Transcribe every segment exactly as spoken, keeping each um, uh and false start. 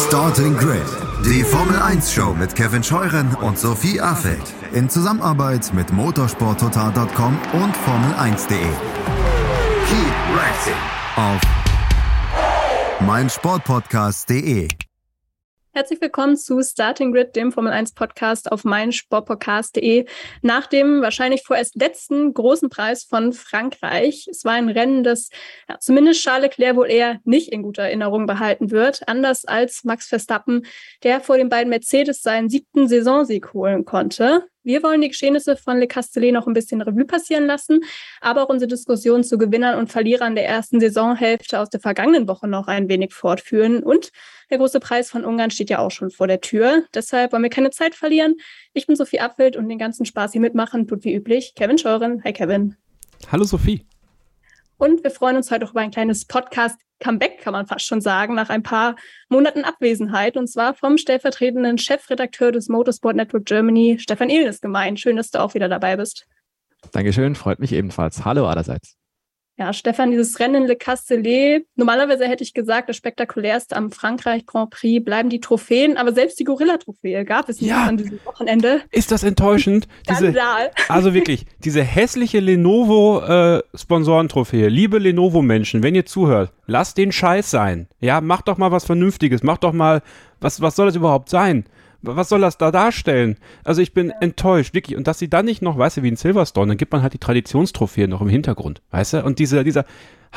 Starting Grid, die Formel eins Show mit Kevin Scheuren und Sophie Affeld in Zusammenarbeit mit motorsport total Punkt com und Formel eins Punkt de. Keep racing auf meinsportpodcast Punkt de. Herzlich willkommen zu Starting Grid, dem Formel eins Podcast auf meinsportpodcast Punkt de. Nach dem wahrscheinlich vorerst letzten großen Preis von Frankreich. Es war ein Rennen, das ja, zumindest Charles Leclerc wohl eher nicht in guter Erinnerung behalten wird. Anders als Max Verstappen, der vor den beiden Mercedes seinen siebten Saisonsieg holen konnte. Wir wollen die Geschehnisse von Le Castellet noch ein bisschen Revue passieren lassen, aber auch unsere Diskussion zu Gewinnern und Verlierern der ersten Saisonhälfte aus der vergangenen Woche noch ein wenig fortführen. Und der große Preis von Ungarn steht ja auch schon vor der Tür. Deshalb wollen wir keine Zeit verlieren. Ich bin Sophie Affeld und den ganzen Spaß hier mitmachen tut wie üblich Kevin Scheuren. Hi Kevin. Hallo Sophie. Und wir freuen uns heute auch über ein kleines Podcast-Comeback, kann man fast schon sagen, nach ein paar Monaten Abwesenheit. Und zwar vom stellvertretenden Chefredakteur des Motorsport Network Germany, Stefan Ehlen, ist gemeint. Schön, dass du auch wieder dabei bist. Dankeschön, freut mich ebenfalls. Hallo allerseits. Ja, Stefan, dieses Rennen in Le Castellet, normalerweise hätte ich gesagt, das spektakulärste am Frankreich Grand Prix bleiben die Trophäen, aber selbst die Gorilla-Trophäe gab es nicht ja, an diesem Wochenende. Ist das enttäuschend? Diese, also wirklich, diese hässliche Lenovo-Sponsorentrophäe. Liebe Lenovo-Menschen, wenn ihr zuhört, lasst den Scheiß sein. Ja, macht doch mal was Vernünftiges, macht doch mal, was, was soll das überhaupt sein? Was soll das da darstellen? Also ich bin ja. enttäuscht, wirklich. Und dass sie dann nicht noch, weißt du, wie in Silverstone, dann gibt man halt die Traditionstrophäe noch im Hintergrund, weißt du? Und diese, dieser,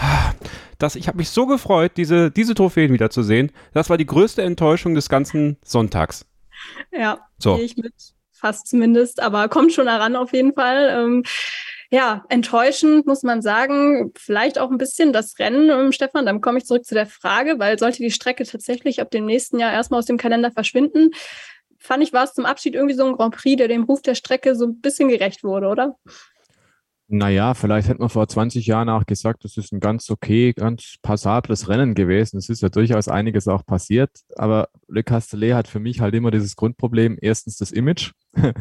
das, ich habe mich so gefreut, diese, diese Trophäen wiederzusehen. Das war die größte Enttäuschung des ganzen Sonntags. Ja, so. Gehe ich mit, fast zumindest, aber kommt schon heran auf jeden Fall. Ähm, Ja, enttäuschend muss man sagen, vielleicht auch ein bisschen das Rennen, Stefan, dann komme ich zurück zu der Frage, weil sollte die Strecke tatsächlich ab dem nächsten Jahr erstmal aus dem Kalender verschwinden, fand ich, war es zum Abschied irgendwie so ein Grand Prix, der dem Ruf der Strecke so ein bisschen gerecht wurde, oder? Naja, vielleicht hätte man vor zwanzig Jahren auch gesagt, das ist ein ganz okay, ganz passables Rennen gewesen. Es ist ja durchaus einiges auch passiert, aber Le Castellet hat für mich halt immer dieses Grundproblem, erstens das Image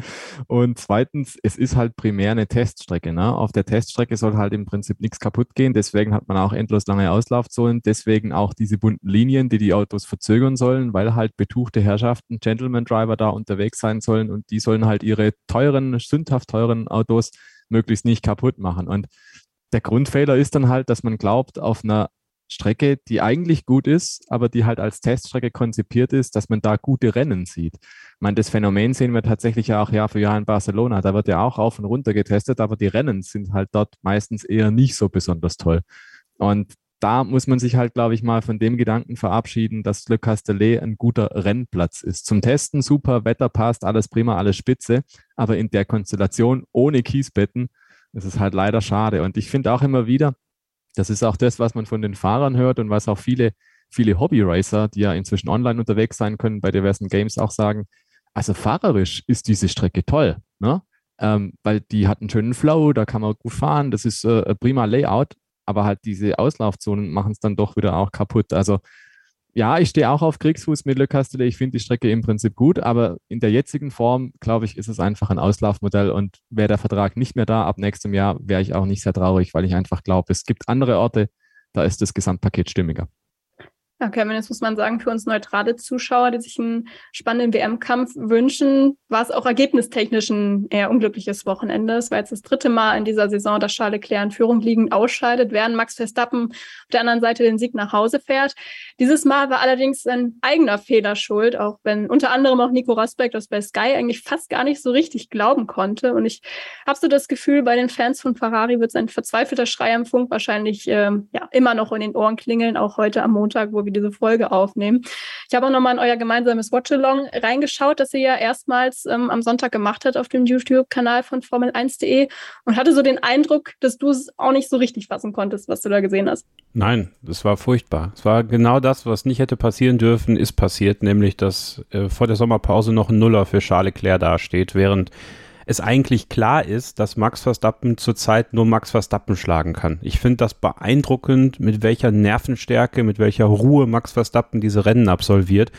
und zweitens, es ist halt primär eine Teststrecke. Ne? Auf der Teststrecke soll halt im Prinzip nichts kaputt gehen, deswegen hat man auch endlos lange Auslaufzonen, deswegen auch diese bunten Linien, die die Autos verzögern sollen, weil halt betuchte Herrschaften, Gentleman-Driver da unterwegs sein sollen und die sollen halt ihre teuren, sündhaft teuren Autos möglichst nicht kaputt machen. Und der Grundfehler ist dann halt, dass man glaubt, auf einer Strecke, die eigentlich gut ist, aber die halt als Teststrecke konzipiert ist, dass man da gute Rennen sieht. Ich meine, das Phänomen sehen wir tatsächlich ja auch Jahr für Jahr in Barcelona. Da wird ja auch rauf und runter getestet, aber die Rennen sind halt dort meistens eher nicht so besonders toll. Und da muss man sich halt, glaube ich, mal von dem Gedanken verabschieden, dass Le Castellet ein guter Rennplatz ist. Zum Testen super, Wetter passt, alles prima, alles spitze, aber in der Konstellation ohne Kiesbetten ist es halt leider schade. Und ich finde auch immer wieder, das ist auch das, was man von den Fahrern hört und was auch viele, viele Hobby-Racer, die ja inzwischen online unterwegs sein können, bei diversen Games auch sagen, also fahrerisch ist diese Strecke toll, ne? Ähm, weil die hat einen schönen Flow, da kann man gut fahren, das ist äh, ein prima Layout, aber halt diese Auslaufzonen machen es dann doch wieder auch kaputt. Also ja, ich stehe auch auf Kriegsfuß mit Le Castellet, ich finde die Strecke im Prinzip gut, aber in der jetzigen Form, glaube ich, ist es einfach ein Auslaufmodell und wäre der Vertrag nicht mehr da ab nächstem Jahr, wäre ich auch nicht sehr traurig, weil ich einfach glaube, es gibt andere Orte, da ist das Gesamtpaket stimmiger. Ja, Kevin, jetzt muss man sagen, für uns neutrale Zuschauer, die sich einen spannenden W M-Kampf wünschen, war es auch ergebnistechnisch ein eher unglückliches Wochenende. Es war jetzt das dritte Mal in dieser Saison, dass Charles Leclerc in Führung liegend ausscheidet, während Max Verstappen auf der anderen Seite den Sieg nach Hause fährt. Dieses Mal war allerdings sein eigener Fehler schuld, auch wenn unter anderem auch Nico Rosberg das bei Sky eigentlich fast gar nicht so richtig glauben konnte. Und ich habe so das Gefühl, bei den Fans von Ferrari wird sein verzweifelter Schrei am Funk wahrscheinlich ähm, ja immer noch in den Ohren klingeln, auch heute am Montag, wo wir diese Folge aufnehmen. Ich habe auch nochmal in euer gemeinsames Watchalong reingeschaut, das ihr ja erstmals ähm, am Sonntag gemacht habt auf dem YouTube-Kanal von Formel eins Punkt de und hatte so den Eindruck, dass du es auch nicht so richtig fassen konntest, was du da gesehen hast. Nein, das war furchtbar. Es war genau das, was nicht hätte passieren dürfen, ist passiert, nämlich dass äh, vor der Sommerpause noch ein Nuller für Charles Leclerc dasteht, während es eigentlich klar ist, dass Max Verstappen zurzeit nur Max Verstappen schlagen kann. Ich finde das beeindruckend, mit welcher Nervenstärke, mit welcher Ruhe Max Verstappen diese Rennen absolviert.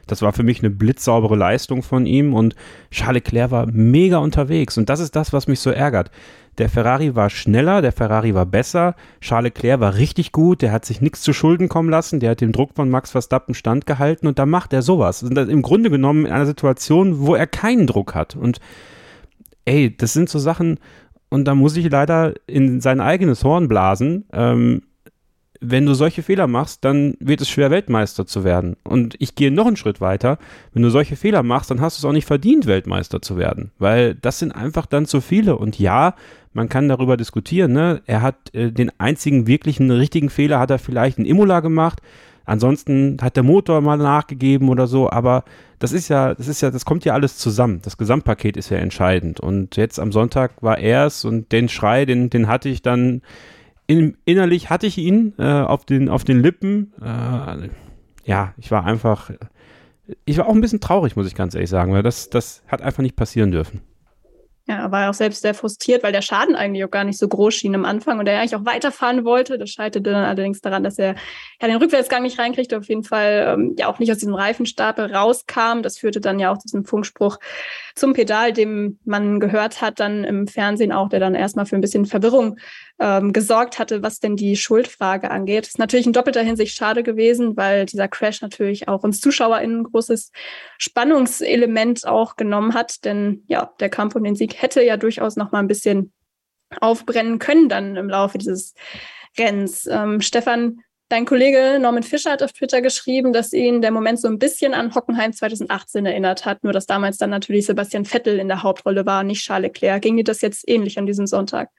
Das war für mich eine blitzsaubere Leistung von ihm und Charles Leclerc war mega unterwegs und das ist das, was mich so ärgert. Der Ferrari war schneller, der Ferrari war besser, Charles Leclerc war richtig gut, der hat sich nichts zu Schulden kommen lassen, der hat dem Druck von Max Verstappen standgehalten und da macht er sowas. Und das im Grunde genommen in einer Situation, wo er keinen Druck hat. Und ey, das sind so Sachen, und da muss ich leider in sein eigenes Horn blasen, ähm, wenn du solche Fehler machst, dann wird es schwer, Weltmeister zu werden. Und ich gehe noch einen Schritt weiter. Wenn du solche Fehler machst, dann hast du es auch nicht verdient, Weltmeister zu werden. Weil das sind einfach dann zu viele. Und ja, man kann darüber diskutieren. Ne? Er hat äh, den einzigen wirklichen richtigen Fehler, hat er vielleicht in Imola gemacht. Ansonsten hat der Motor mal nachgegeben oder so. Aber das ist ja, das ist ja, das kommt ja alles zusammen. Das Gesamtpaket ist ja entscheidend. Und jetzt am Sonntag war er es und den Schrei, den, den hatte ich dann In, innerlich hatte ich ihn äh, auf, den, auf den Lippen. Äh, ja, ich war einfach, ich war auch ein bisschen traurig, muss ich ganz ehrlich sagen, weil das, das hat einfach nicht passieren dürfen. Ja, er war auch selbst sehr frustriert, weil der Schaden eigentlich auch gar nicht so groß schien am Anfang und er eigentlich auch weiterfahren wollte. Das scheiterte dann allerdings daran, dass er ja den Rückwärtsgang nicht reinkriegte, auf jeden Fall ähm, ja auch nicht aus diesem Reifenstapel rauskam. Das führte dann ja auch zu diesem Funkspruch zum Pedal, dem man gehört hat, dann im Fernsehen auch, der dann erstmal für ein bisschen Verwirrung ähm, gesorgt hatte, was denn die Schuldfrage angeht. Das ist natürlich in doppelter Hinsicht schade gewesen, weil dieser Crash natürlich auch uns ZuschauerInnen ein großes Spannungselement auch genommen hat, denn ja, der Kampf um den Sieg hätte ja durchaus noch mal ein bisschen aufbrennen können dann im Laufe dieses Rennens. Ähm, Stefan, dein Kollege Norman Fischer hat auf Twitter geschrieben, dass ihn der Moment so ein bisschen an Hockenheim zwanzig achtzehn erinnert hat, nur dass damals dann natürlich Sebastian Vettel in der Hauptrolle war, nicht Charles Leclerc. Ging dir das jetzt ähnlich an diesem Sonntag?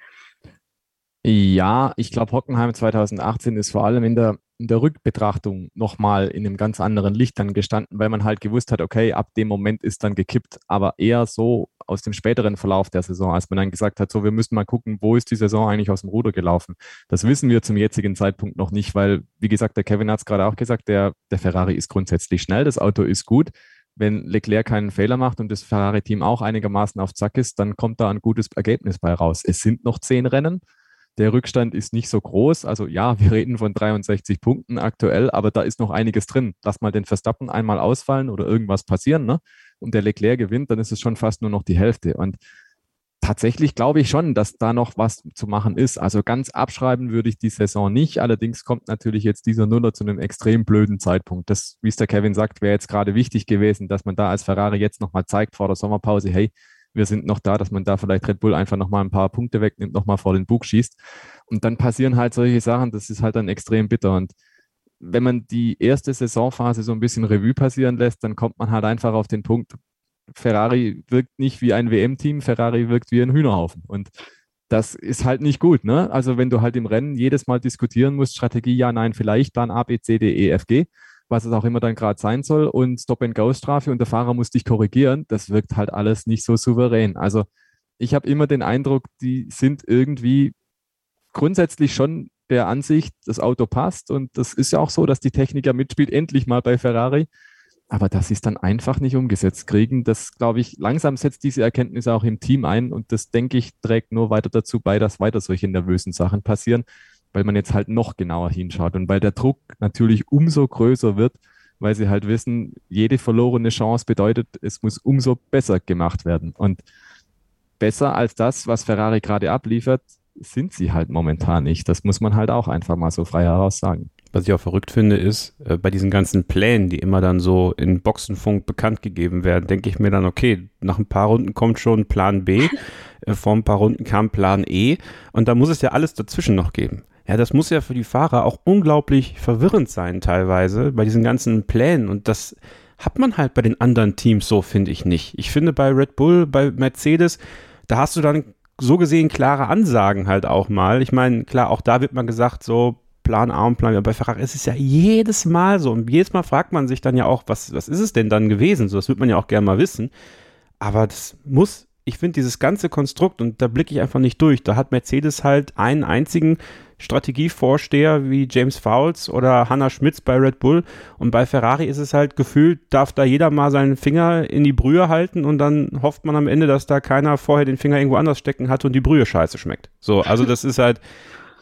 Ja, ich glaube, Hockenheim zwanzig achtzehn ist vor allem in der, in der Rückbetrachtung nochmal in einem ganz anderen Licht dann gestanden, weil man halt gewusst hat, okay, ab dem Moment ist dann gekippt, aber eher so aus dem späteren Verlauf der Saison, als man dann gesagt hat, so, wir müssen mal gucken, wo ist die Saison eigentlich aus dem Ruder gelaufen. Das wissen wir zum jetzigen Zeitpunkt noch nicht, weil, wie gesagt, der Kevin hat es gerade auch gesagt, der, der Ferrari ist grundsätzlich schnell, das Auto ist gut. Wenn Leclerc keinen Fehler macht und das Ferrari-Team auch einigermaßen auf Zack ist, dann kommt da ein gutes Ergebnis bei raus. Es sind noch zehn Rennen. Der Rückstand ist nicht so groß. Also ja, wir reden von dreiundsechzig Punkten aktuell, aber da ist noch einiges drin. Lass mal den Verstappen einmal ausfallen oder irgendwas passieren, ne? Und der Leclerc gewinnt, dann ist es schon fast nur noch die Hälfte. Und tatsächlich glaube ich schon, dass da noch was zu machen ist. Also ganz abschreiben würde ich die Saison nicht. Allerdings kommt natürlich jetzt dieser Nuller zu einem extrem blöden Zeitpunkt. Das, wie es der Kevin sagt, wäre jetzt gerade wichtig gewesen, dass man da als Ferrari jetzt nochmal zeigt vor der Sommerpause, hey, wir sind noch da, dass man da vielleicht Red Bull einfach nochmal ein paar Punkte wegnimmt, nochmal vor den Bug schießt. Und dann passieren halt solche Sachen, das ist halt dann extrem bitter. Und wenn man die erste Saisonphase so ein bisschen Revue passieren lässt, dann kommt man halt einfach auf den Punkt, Ferrari wirkt nicht wie ein W M-Team, Ferrari wirkt wie ein Hühnerhaufen. Und das ist halt nicht gut, ne? Also wenn du halt im Rennen jedes Mal diskutieren musst, Strategie, ja, nein, vielleicht, Plan A, B, C, D, E, F, G, was es auch immer dann gerade sein soll, und Stop-and-Go-Strafe und der Fahrer muss dich korrigieren, das wirkt halt alles nicht so souverän. Also ich habe immer den Eindruck, die sind irgendwie grundsätzlich schon der Ansicht, das Auto passt, und das ist ja auch so, dass die Technik ja mitspielt, endlich mal bei Ferrari, aber dass sie es dann einfach nicht umgesetzt kriegen, das glaube ich, langsam setzt diese Erkenntnis auch im Team ein, und das, denke ich, trägt nur weiter dazu bei, dass weiter solche nervösen Sachen passieren, weil man jetzt halt noch genauer hinschaut und weil der Druck natürlich umso größer wird, weil sie halt wissen, jede verlorene Chance bedeutet, es muss umso besser gemacht werden. Und besser als das, was Ferrari gerade abliefert, sind sie halt momentan nicht. Das muss man halt auch einfach mal so frei heraus sagen. Was ich auch verrückt finde, ist, äh, bei diesen ganzen Plänen, die immer dann so in Boxenfunk bekannt gegeben werden, denke ich mir dann, okay, nach ein paar Runden kommt schon Plan B, äh, vor ein paar Runden kam Plan E, und da muss es ja alles dazwischen noch geben. Ja, das muss ja für die Fahrer auch unglaublich verwirrend sein teilweise bei diesen ganzen Plänen, und das hat man halt bei den anderen Teams so, finde ich nicht. Ich finde, bei Red Bull, bei Mercedes, da hast du dann so gesehen klare Ansagen halt auch mal. Ich meine, klar, auch da wird man gesagt, so Plan A und Plan B. Bei Ferrari ist es ja jedes Mal so, und jedes Mal fragt man sich dann ja auch, was, was ist es denn dann gewesen? So, das wird man ja auch gerne mal wissen. Aber das muss, ich finde dieses ganze Konstrukt, und da blicke ich einfach nicht durch, da hat Mercedes halt einen einzigen Strategievorsteher wie James Fowles oder Hannah Schmitz bei Red Bull, und bei Ferrari ist es halt gefühlt, darf da jeder mal seinen Finger in die Brühe halten, und dann hofft man am Ende, dass da keiner vorher den Finger irgendwo anders stecken hat und die Brühe scheiße schmeckt. So, also das ist halt, ja,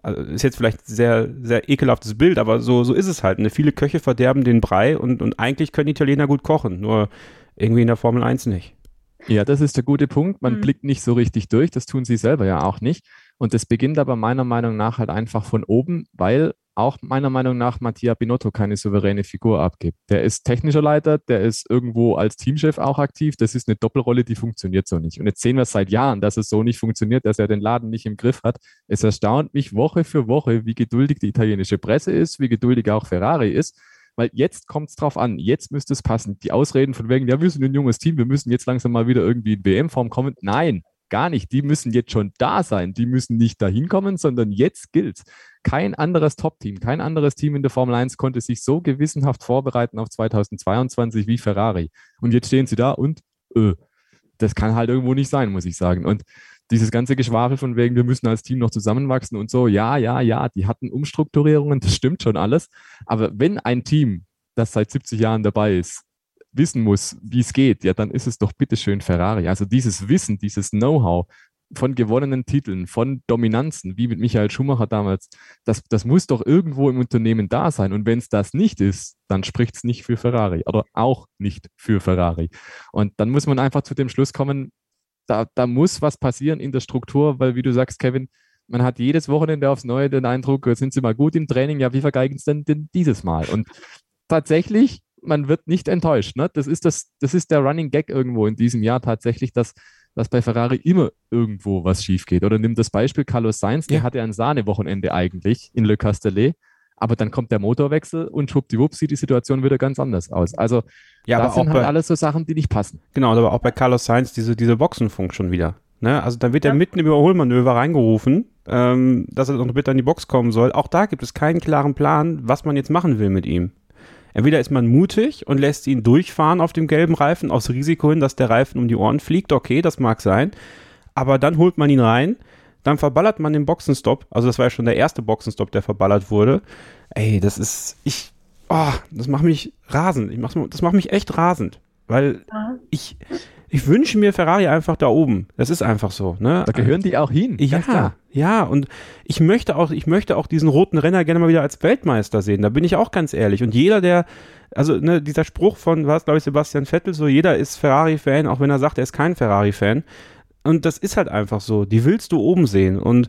Also ist jetzt vielleicht ein sehr, sehr ekelhaftes Bild, aber so, so ist es halt. Ne? Viele Köche verderben den Brei und, und eigentlich können Italiener gut kochen, nur irgendwie in der Formel eins nicht. Ja, das ist der gute Punkt. Man Mhm. blickt nicht so richtig durch. Das tun sie selber ja auch nicht. Und das beginnt aber meiner Meinung nach halt einfach von oben, weil auch meiner Meinung nach Mattia Binotto keine souveräne Figur abgibt. Der ist technischer Leiter, der ist irgendwo als Teamchef auch aktiv. Das ist eine Doppelrolle, die funktioniert so nicht. Und jetzt sehen wir seit Jahren, dass es so nicht funktioniert, dass er den Laden nicht im Griff hat. Es erstaunt mich Woche für Woche, wie geduldig die italienische Presse ist, wie geduldig auch Ferrari ist. Weil jetzt kommt es drauf an, jetzt müsste es passen. Die Ausreden von wegen, ja, wir sind ein junges Team, wir müssen jetzt langsam mal wieder irgendwie in W M-Form kommen. Nein, gar nicht. Die müssen jetzt schon da sein. Die müssen nicht dahin kommen, sondern jetzt gilt's. Kein anderes Top-Team, kein anderes Team in der Formel eins konnte sich so gewissenhaft vorbereiten auf zweitausendzweiundzwanzig wie Ferrari. Und jetzt stehen sie da und äh, das kann halt irgendwo nicht sein, muss ich sagen. Und dieses ganze Geschwafel von wegen, wir müssen als Team noch zusammenwachsen und so, ja, ja, ja, die hatten Umstrukturierungen, das stimmt schon alles. Aber wenn ein Team, das seit siebzig Jahren dabei ist, wissen muss, wie es geht, ja, dann ist es doch bitteschön Ferrari. Also dieses Wissen, dieses Know-how von gewonnenen Titeln, von Dominanzen, wie mit Michael Schumacher damals, das, das muss doch irgendwo im Unternehmen da sein. Und wenn es das nicht ist, dann spricht es nicht für Ferrari oder auch nicht für Ferrari. Und dann muss man einfach zu dem Schluss kommen, Da, da muss was passieren in der Struktur, weil, wie du sagst, Kevin, man hat jedes Wochenende aufs Neue den Eindruck, sind sie mal gut im Training, ja, wie vergeigen es denn, denn dieses Mal? Und tatsächlich, man wird nicht enttäuscht. Ne? Das ist das, das ist der Running Gag irgendwo in diesem Jahr tatsächlich, dass, dass bei Ferrari immer irgendwo was schief geht. Oder nimm das Beispiel Carlos Sainz, der Ja. hatte ein Sahnewochenende eigentlich in Le Castellet, aber dann kommt der Motorwechsel und schwuppdiwupp sieht die Situation wieder ganz anders aus. Also Ja, das aber sind auch halt bei, alles so Sachen, die nicht passen. genau, aber auch bei Carlos Sainz diese, diese Boxenfunk schon wieder. Ne? Also dann wird er Ja. mitten im Überholmanöver reingerufen, ähm, dass er noch bitte an die Box kommen soll. Auch da gibt es keinen klaren Plan, was man jetzt machen will mit ihm. Entweder ist man mutig und lässt ihn durchfahren auf dem gelben Reifen, aus Risiko hin, dass der Reifen um die Ohren fliegt. Okay, das mag sein. Aber dann holt man ihn rein, dann verballert man den Boxenstopp. Also das war ja schon der erste Boxenstopp, der verballert wurde. Ey, das ist, ich, oh, das macht mich rasend. Ich mach's, das macht mich echt rasend. Weil Ja. ich, ich wünsche mir Ferrari einfach da oben. Das ist einfach so. Ne? Da gehören die auch hin. ganz Ja, klar. ja, und ich möchte auch, ich möchte auch diesen roten Renner gerne mal wieder als Weltmeister sehen. Da bin ich auch ganz ehrlich. Und jeder, der, also ne, dieser Spruch von, was glaube ich, Sebastian Vettel, so jeder ist Ferrari-Fan, auch wenn er sagt, er ist kein Ferrari-Fan. Und das ist halt einfach so. Die willst du oben sehen. Und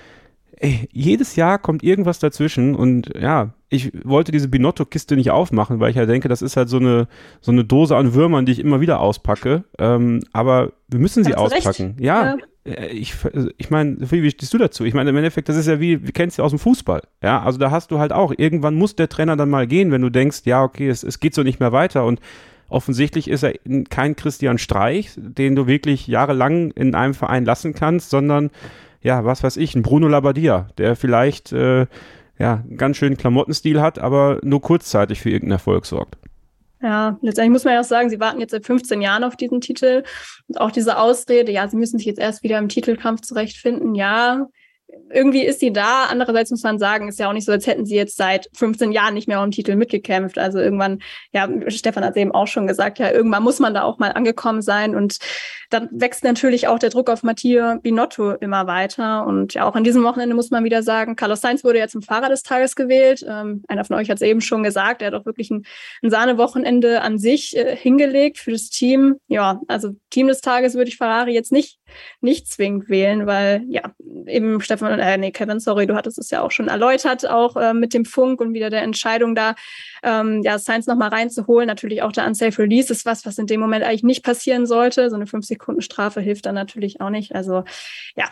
ey, jedes Jahr kommt irgendwas dazwischen. Und ja, ich wollte diese Binotto-Kiste nicht aufmachen, weil ich ja denke, das ist halt so eine, so eine Dose an Würmern, die ich immer wieder auspacke. Ähm, aber wir müssen sie Hast du recht. auspacken. Ja. Ja. Äh, Ich, ich meine, wie stehst du dazu? Ich meine, im Endeffekt, das ist ja wie, wir kennen es ja aus dem Fußball. Ja, also da hast du halt auch, irgendwann muss der Trainer dann mal gehen, wenn du denkst, ja, okay, es, es geht so nicht mehr weiter. Und offensichtlich ist er kein Christian Streich, den du wirklich jahrelang in einem Verein lassen kannst, sondern, ja, was weiß ich, ein Bruno Labbadia, der vielleicht, äh, ja, einen ganz schönen Klamottenstil hat, aber nur kurzzeitig für irgendeinen Erfolg sorgt. Ja, letztendlich muss man ja auch sagen, sie warten jetzt seit fünfzehn Jahren auf diesen Titel. Und auch diese Ausrede, ja, sie müssen sich jetzt erst wieder im Titelkampf zurechtfinden. Ja, irgendwie ist sie da. Andererseits muss man sagen, ist ja auch nicht so, als hätten sie jetzt seit fünfzehn Jahren nicht mehr um den Titel mitgekämpft. Also irgendwann, ja, Stefan hat es eben auch schon gesagt, ja, irgendwann muss man da auch mal angekommen sein. Und dann wächst natürlich auch der Druck auf Mattia Binotto immer weiter. Und ja, auch an diesem Wochenende muss man wieder sagen, Carlos Sainz wurde ja zum Fahrer des Tages gewählt. Ähm, einer von euch hat es eben schon gesagt, er hat auch wirklich ein, ein Sahnewochenende an sich äh, hingelegt für das Team. Ja, also Team des Tages würde ich Ferrari jetzt nicht, nicht zwingend wählen, weil, ja, eben Stefan Äh, nee, Kevin, sorry, du hattest es ja auch schon erläutert, auch äh, mit dem Funk und wieder der Entscheidung da, ähm, ja, Sainz nochmal reinzuholen. Natürlich auch der Unsafe Release ist was, was in dem Moment eigentlich nicht passieren sollte. So eine fünf Sekunden Strafe hilft dann natürlich auch nicht. Also ja,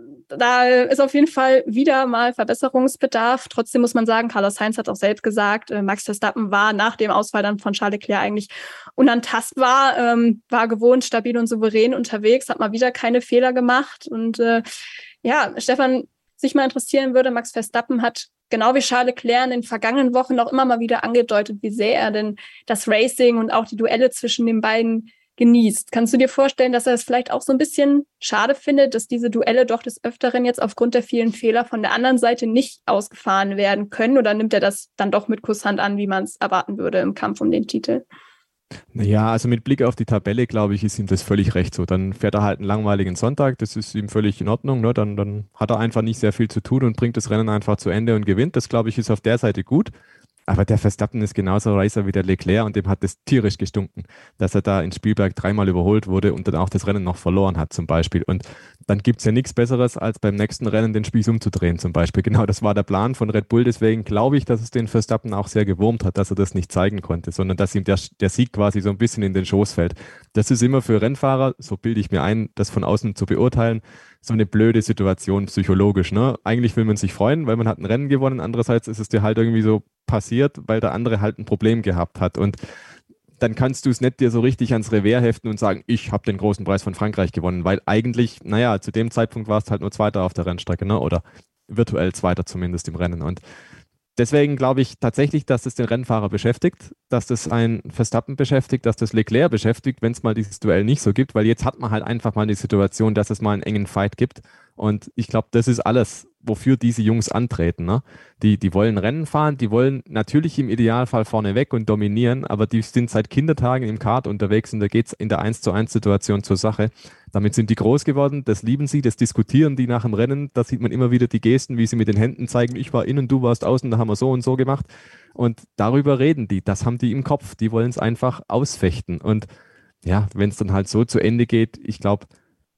da ist auf jeden Fall wieder mal Verbesserungsbedarf. Trotzdem muss man sagen, Carlos Sainz hat auch selbst gesagt, äh, Max Verstappen war nach dem Ausfall dann von Charles Leclerc eigentlich unantastbar, ähm, war gewohnt, stabil und souverän unterwegs, hat mal wieder keine Fehler gemacht. Und äh, ja, Stefan, sich mal interessieren würde, Max Verstappen hat genau wie Charles Leclerc in den vergangenen Wochen auch immer mal wieder angedeutet, wie sehr er denn das Racing und auch die Duelle zwischen den beiden genießt. Kannst du dir vorstellen, dass er es vielleicht auch so ein bisschen schade findet, dass diese Duelle doch des Öfteren jetzt aufgrund der vielen Fehler von der anderen Seite nicht ausgefahren werden können? Oder nimmt er das dann doch mit Kusshand an, wie man es erwarten würde im Kampf um den Titel? Naja, also mit Blick auf die Tabelle, glaube ich, ist ihm das völlig recht so. Dann fährt er halt einen langweiligen Sonntag, das ist ihm völlig in Ordnung. Ne? Dann, dann hat er einfach nicht sehr viel zu tun und bringt das Rennen einfach zu Ende und gewinnt. Das, glaube ich, ist auf der Seite gut. Aber der Verstappen ist genauso Racer wie der Leclerc und dem hat es tierisch gestunken, dass er da in Spielberg dreimal überholt wurde und dann auch das Rennen noch verloren hat zum Beispiel. Und dann gibt es ja nichts Besseres, als beim nächsten Rennen den Spieß umzudrehen zum Beispiel. Genau, das war der Plan von Red Bull. Deswegen glaube ich, dass es den Verstappen auch sehr gewurmt hat, dass er das nicht zeigen konnte, sondern dass ihm der, der Sieg quasi so ein bisschen in den Schoß fällt. Das ist immer für Rennfahrer, so bilde ich mir ein, das von außen zu beurteilen, so eine blöde Situation psychologisch. Ne? Eigentlich will man sich freuen, weil man hat ein Rennen gewonnen. Andererseits ist es dir halt irgendwie so passiert, weil der andere halt ein Problem gehabt hat. Und dann kannst du es nicht dir so richtig ans Revers heften und sagen, ich habe den großen Preis von Frankreich gewonnen, weil eigentlich, naja, zu dem Zeitpunkt war es halt nur Zweiter auf der Rennstrecke, ne? Oder virtuell Zweiter zumindest im Rennen. Und deswegen glaube ich tatsächlich, dass das den Rennfahrer beschäftigt, dass das ein Verstappen beschäftigt, dass das Leclerc beschäftigt, wenn es mal dieses Duell nicht so gibt, weil jetzt hat man halt einfach mal die Situation, dass es mal einen engen Fight gibt. Und ich glaube, das ist alles, wofür diese Jungs antreten. Ne? Die, die wollen Rennen fahren, die wollen natürlich im Idealfall vorne weg und dominieren, aber die sind seit Kindertagen im Kart unterwegs und da geht es in der eins zu eins Situation zur Sache. Damit sind die groß geworden, das lieben sie, das diskutieren die nach dem Rennen, da sieht man immer wieder die Gesten, wie sie mit den Händen zeigen, ich war innen, du warst außen, da haben wir so und so gemacht. Und darüber reden die, das haben die im Kopf, die wollen es einfach ausfechten. Und ja, wenn es dann halt so zu Ende geht, ich glaube,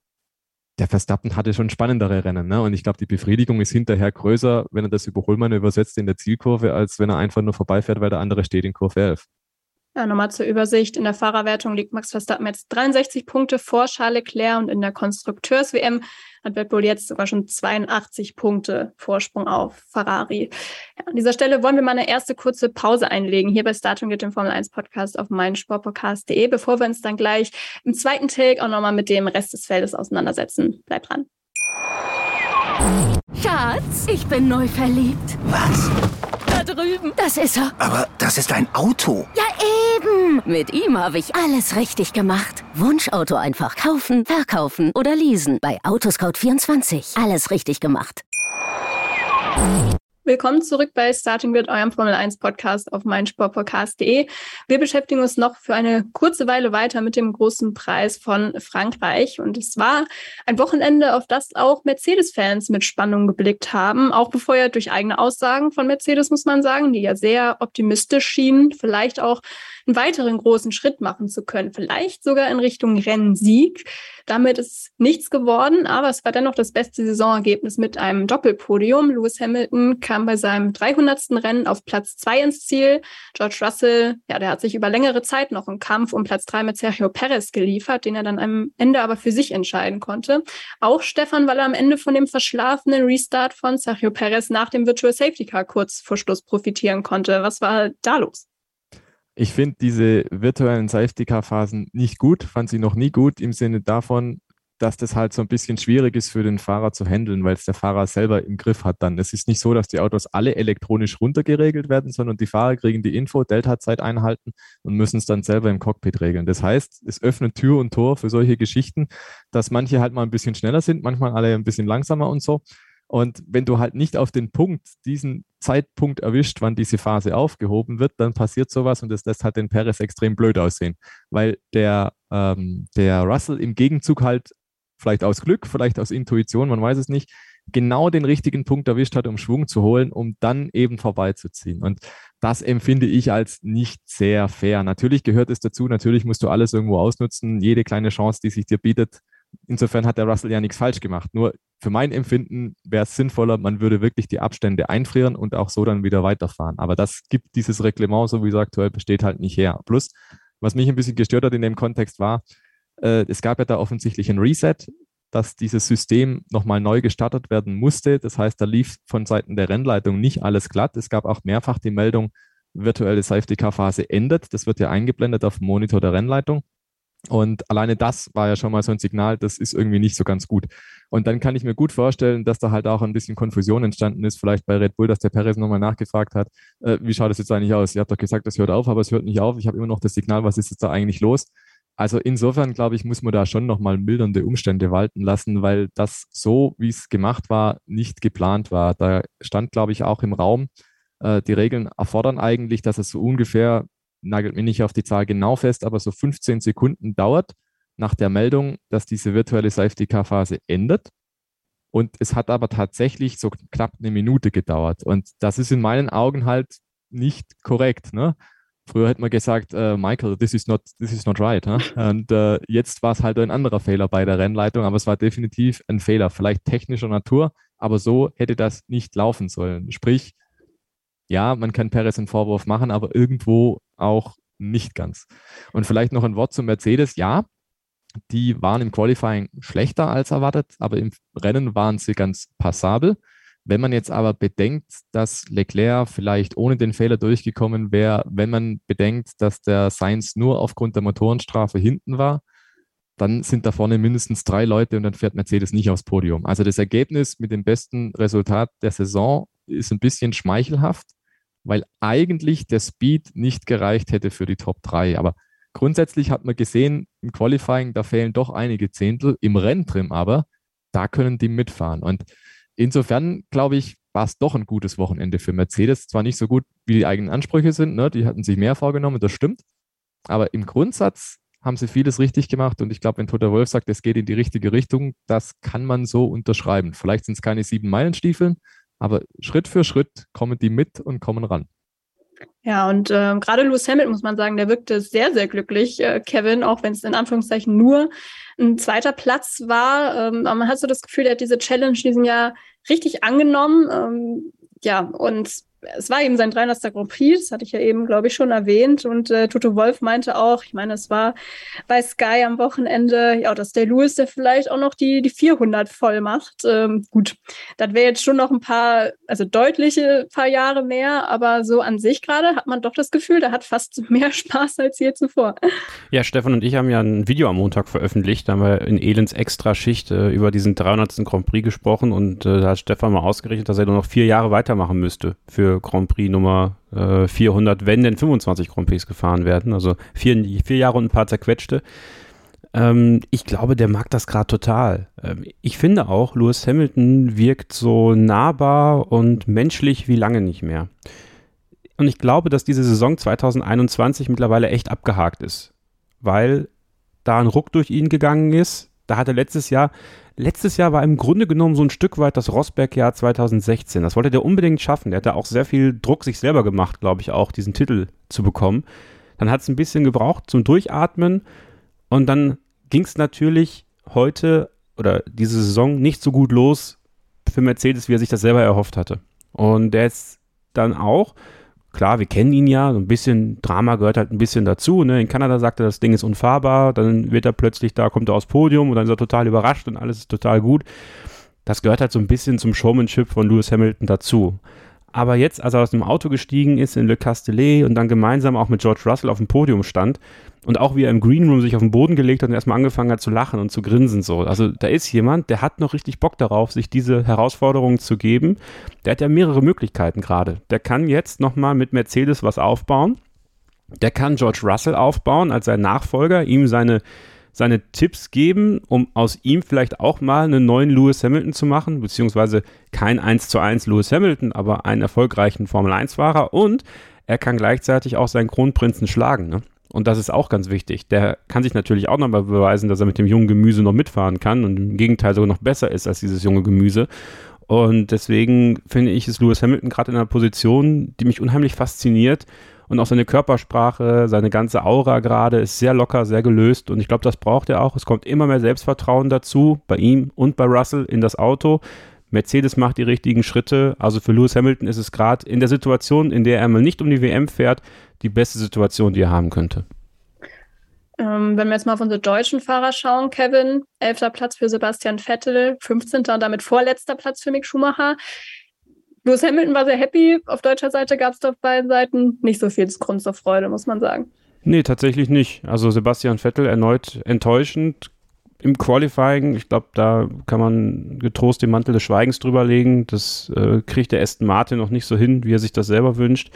der Verstappen hatte schon spannendere Rennen. Ne? Und ich glaube, die Befriedigung ist hinterher größer, wenn er das Überholmann übersetzt in der Zielkurve, als wenn er einfach nur vorbeifährt, weil der andere steht in Kurve elf. Ja, nochmal zur Übersicht. In der Fahrerwertung liegt Max Verstappen jetzt dreiundsechzig Punkte vor Charles Leclerc und in der Konstrukteurs-W M hat Red Bull jetzt sogar schon zweiundachtzig Punkte Vorsprung auf Ferrari. Ja, an dieser Stelle wollen wir mal eine erste kurze Pause einlegen, hier bei Starting Grid, dem Formel eins Podcast auf meinsportpodcast punkt de, bevor wir uns dann gleich im zweiten Take auch nochmal mit dem Rest des Feldes auseinandersetzen. Bleibt dran. Schatz, ich bin neu verliebt. Was? Da drüben. Das ist er. Aber das ist ein Auto. Ja, eben. Mit ihm habe ich alles richtig gemacht. Wunschauto einfach kaufen, verkaufen oder leasen. Bei Autoscout vierundzwanzig. Alles richtig gemacht. Willkommen zurück bei Starting Grid, eurem Formel eins Podcast auf meinsportpodcast punkt de. Wir beschäftigen uns noch für eine kurze Weile weiter mit dem großen Preis von Frankreich. Und es war ein Wochenende, auf das auch Mercedes-Fans mit Spannung geblickt haben. Auch befeuert durch eigene Aussagen von Mercedes, muss man sagen, die ja sehr optimistisch schienen, vielleicht auch einen weiteren großen Schritt machen zu können. Vielleicht sogar in Richtung Rennsieg. Damit ist nichts geworden, aber es war dennoch das beste Saisonergebnis mit einem Doppelpodium. Lewis Hamilton kam bei seinem dreihundertsten Rennen auf Platz zwei ins Ziel. George Russell, ja, der hat sich über längere Zeit noch im Kampf um Platz drei mit Sergio Perez geliefert, den er dann am Ende aber für sich entscheiden konnte. Auch Stefan Waller am Ende von dem verschlafenen Restart von Sergio Perez nach dem Virtual Safety Car kurz vor Schluss profitieren konnte. Was war da los? Ich finde diese virtuellen Safety-Car-Phasen nicht gut, fand sie noch nie gut, im Sinne davon, dass das halt so ein bisschen schwierig ist für den Fahrer zu handeln, weil es der Fahrer selber im Griff hat dann. Es ist nicht so, dass die Autos alle elektronisch runtergeregelt werden, sondern die Fahrer kriegen die Info, Delta-Zeit einhalten und müssen es dann selber im Cockpit regeln. Das heißt, es öffnet Tür und Tor für solche Geschichten, dass manche halt mal ein bisschen schneller sind, manchmal alle ein bisschen langsamer und so. Und wenn du halt nicht auf den Punkt, diesen Zeitpunkt erwischt, wann diese Phase aufgehoben wird, dann passiert sowas und das lässt halt den Perez extrem blöd aussehen, weil der, ähm, der Russell im Gegenzug halt vielleicht aus Glück, vielleicht aus Intuition, man weiß es nicht, genau den richtigen Punkt erwischt hat, um Schwung zu holen, um dann eben vorbeizuziehen. Und das empfinde ich als nicht sehr fair. Natürlich gehört es dazu, natürlich musst du alles irgendwo ausnutzen, jede kleine Chance, die sich dir bietet. Insofern hat der Russell ja nichts falsch gemacht. Nur für mein Empfinden wäre es sinnvoller, man würde wirklich die Abstände einfrieren und auch so dann wieder weiterfahren. Aber das gibt dieses Reglement, so wie es aktuell besteht, halt nicht her. Plus, was mich ein bisschen gestört hat in dem Kontext war, äh, es gab ja da offensichtlich ein Reset, dass dieses System nochmal neu gestartet werden musste. Das heißt, da lief von Seiten der Rennleitung nicht alles glatt. Es gab auch mehrfach die Meldung, virtuelle Safety-Car-Phase endet. Das wird ja eingeblendet auf dem Monitor der Rennleitung. Und alleine das war ja schon mal so ein Signal, das ist irgendwie nicht so ganz gut. Und dann kann ich mir gut vorstellen, dass da halt auch ein bisschen Konfusion entstanden ist, vielleicht bei Red Bull, dass der Perez nochmal nachgefragt hat, äh, wie schaut es jetzt eigentlich aus? Ihr habt doch gesagt, das hört auf, aber es hört nicht auf. Ich habe immer noch das Signal, was ist jetzt da eigentlich los? Also insofern, glaube ich, muss man da schon nochmal mildernde Umstände walten lassen, weil das so, wie es gemacht war, nicht geplant war. Da stand, glaube ich, auch im Raum, äh, die Regeln erfordern eigentlich, dass es so ungefähr nagelt mich nicht auf die Zahl genau fest, aber so fünfzehn Sekunden dauert nach der Meldung, dass diese virtuelle Safety-Car-Phase endet. Und es hat aber tatsächlich so knapp eine Minute gedauert. Und das ist in meinen Augen halt nicht korrekt. Ne? Früher hätte man gesagt, äh, Michael, this is not, this is not right. Ne? Und äh, jetzt war es halt ein anderer Fehler bei der Rennleitung, aber es war definitiv ein Fehler, vielleicht technischer Natur, aber so hätte das nicht laufen sollen. Sprich, ja, man kann Perez einen Vorwurf machen, aber irgendwo auch nicht ganz. Und vielleicht noch ein Wort zu Mercedes. Ja, die waren im Qualifying schlechter als erwartet, aber im Rennen waren sie ganz passabel. Wenn man jetzt aber bedenkt, dass Leclerc vielleicht ohne den Fehler durchgekommen wäre, wenn man bedenkt, dass der Sainz nur aufgrund der Motorenstrafe hinten war, dann sind da vorne mindestens drei Leute und dann fährt Mercedes nicht aufs Podium. Also das Ergebnis mit dem besten Resultat der Saison ist ein bisschen schmeichelhaft, weil eigentlich der Speed nicht gereicht hätte für die Top drei. Aber grundsätzlich hat man gesehen, im Qualifying, da fehlen doch einige Zehntel, im Renntrim aber, da können die mitfahren. Und insofern, glaube ich, war es doch ein gutes Wochenende für Mercedes. Zwar nicht so gut, wie die eigenen Ansprüche sind, ne? Die hatten sich mehr vorgenommen, das stimmt. Aber im Grundsatz haben sie vieles richtig gemacht. Und ich glaube, wenn Toto Wolff sagt, es geht in die richtige Richtung, das kann man so unterschreiben. Vielleicht sind es keine sieben Meilenstiefeln, aber Schritt für Schritt kommen die mit und kommen ran. Ja, und äh, gerade Lewis Hamilton, muss man sagen, der wirkte sehr, sehr glücklich, äh, Kevin, auch wenn es in Anführungszeichen nur ein zweiter Platz war. Ähm, aber man hat so das Gefühl, der hat diese Challenge in diesem Jahr richtig angenommen. Ähm, ja, und es war eben sein dreihundertster Grand Prix, das hatte ich ja eben, glaube ich, schon erwähnt. Und äh, Toto Wolff meinte auch, ich meine, es war bei Sky am Wochenende, ja, dass der Lewis, der vielleicht auch noch die, die vierhundert voll macht. Ähm, gut, das wäre jetzt schon noch ein paar, also deutliche paar Jahre mehr, aber so an sich gerade hat man doch das Gefühl, der hat fast mehr Spaß als je zuvor. Ja, Stefan und ich haben ja ein Video am Montag veröffentlicht, da haben wir in Elends Extraschicht äh, über diesen dreihundertsten Grand Prix gesprochen und äh, da hat Stefan mal ausgerechnet, dass er nur noch vier Jahre weitermachen müsste für Grand Prix Nummer äh, vierhundert, wenn denn fünfundzwanzig Grand Prix gefahren werden, also vier, vier Jahre und ein paar zerquetschte. Ähm, ich glaube, der mag das gerade total. Ähm, ich finde auch, Lewis Hamilton wirkt so nahbar und menschlich wie lange nicht mehr. Und ich glaube, dass diese Saison zwanzig einundzwanzig mittlerweile echt abgehakt ist, weil da ein Ruck durch ihn gegangen ist. Da hat er letztes Jahr Letztes Jahr war im Grunde genommen so ein Stück weit das Rosberg-Jahr zwanzig sechzehn. Das wollte der unbedingt schaffen. Der hat da auch sehr viel Druck sich selber gemacht, glaube ich, auch diesen Titel zu bekommen. Dann hat es ein bisschen gebraucht zum Durchatmen und dann ging es natürlich heute oder diese Saison nicht so gut los für Mercedes, wie er sich das selber erhofft hatte. Und der ist dann auch, klar, wir kennen ihn ja, so ein bisschen Drama gehört halt ein bisschen dazu. Ne? In Kanada sagt er, das Ding ist unfahrbar, dann wird er plötzlich da, kommt er aufs Podium und dann ist er total überrascht und alles ist total gut. Das gehört halt so ein bisschen zum Showmanship von Lewis Hamilton dazu. Aber jetzt, als er aus dem Auto gestiegen ist in Le Castellet und dann gemeinsam auch mit George Russell auf dem Podium stand und auch wie er im Green Room sich auf den Boden gelegt hat und erstmal angefangen hat zu lachen und zu grinsen so. Also da ist jemand, der hat noch richtig Bock darauf, sich diese Herausforderungen zu geben. Der hat ja mehrere Möglichkeiten gerade. Der kann jetzt nochmal mit Mercedes was aufbauen. Der kann George Russell aufbauen als sein Nachfolger, ihm seine seine Tipps geben, um aus ihm vielleicht auch mal einen neuen Lewis Hamilton zu machen, beziehungsweise kein eins zu eins Lewis Hamilton, aber einen erfolgreichen Formel eins Fahrer und er kann gleichzeitig auch seinen Kronprinzen schlagen, ne? Und das ist auch ganz wichtig. Der kann sich natürlich auch nochmal beweisen, dass er mit dem jungen Gemüse noch mitfahren kann und im Gegenteil sogar noch besser ist als dieses junge Gemüse. Und deswegen finde ich, ist Lewis Hamilton gerade in einer Position, die mich unheimlich fasziniert. Und auch seine Körpersprache, seine ganze Aura gerade ist sehr locker, sehr gelöst. Und ich glaube, das braucht er auch. Es kommt immer mehr Selbstvertrauen dazu, bei ihm und bei Russell in das Auto. Mercedes macht die richtigen Schritte. Also für Lewis Hamilton ist es gerade in der Situation, in der er mal nicht um die W M fährt, die beste Situation, die er haben könnte. Ähm, wenn wir jetzt mal auf unsere deutschen Fahrer schauen, Kevin, elfter Platz für Sebastian Vettel, fünfzehnter und damit vorletzter Platz für Mick Schumacher. Lewis Hamilton war sehr happy. Auf deutscher Seite gab es auf beiden Seiten nicht so viel Grund zur Freude, muss man sagen. Nee, tatsächlich nicht. Also Sebastian Vettel erneut enttäuschend im Qualifying. Ich glaube, da kann man getrost den Mantel des Schweigens drüber legen. Das äh, kriegt der Aston Martin noch nicht so hin, wie er sich das selber wünscht.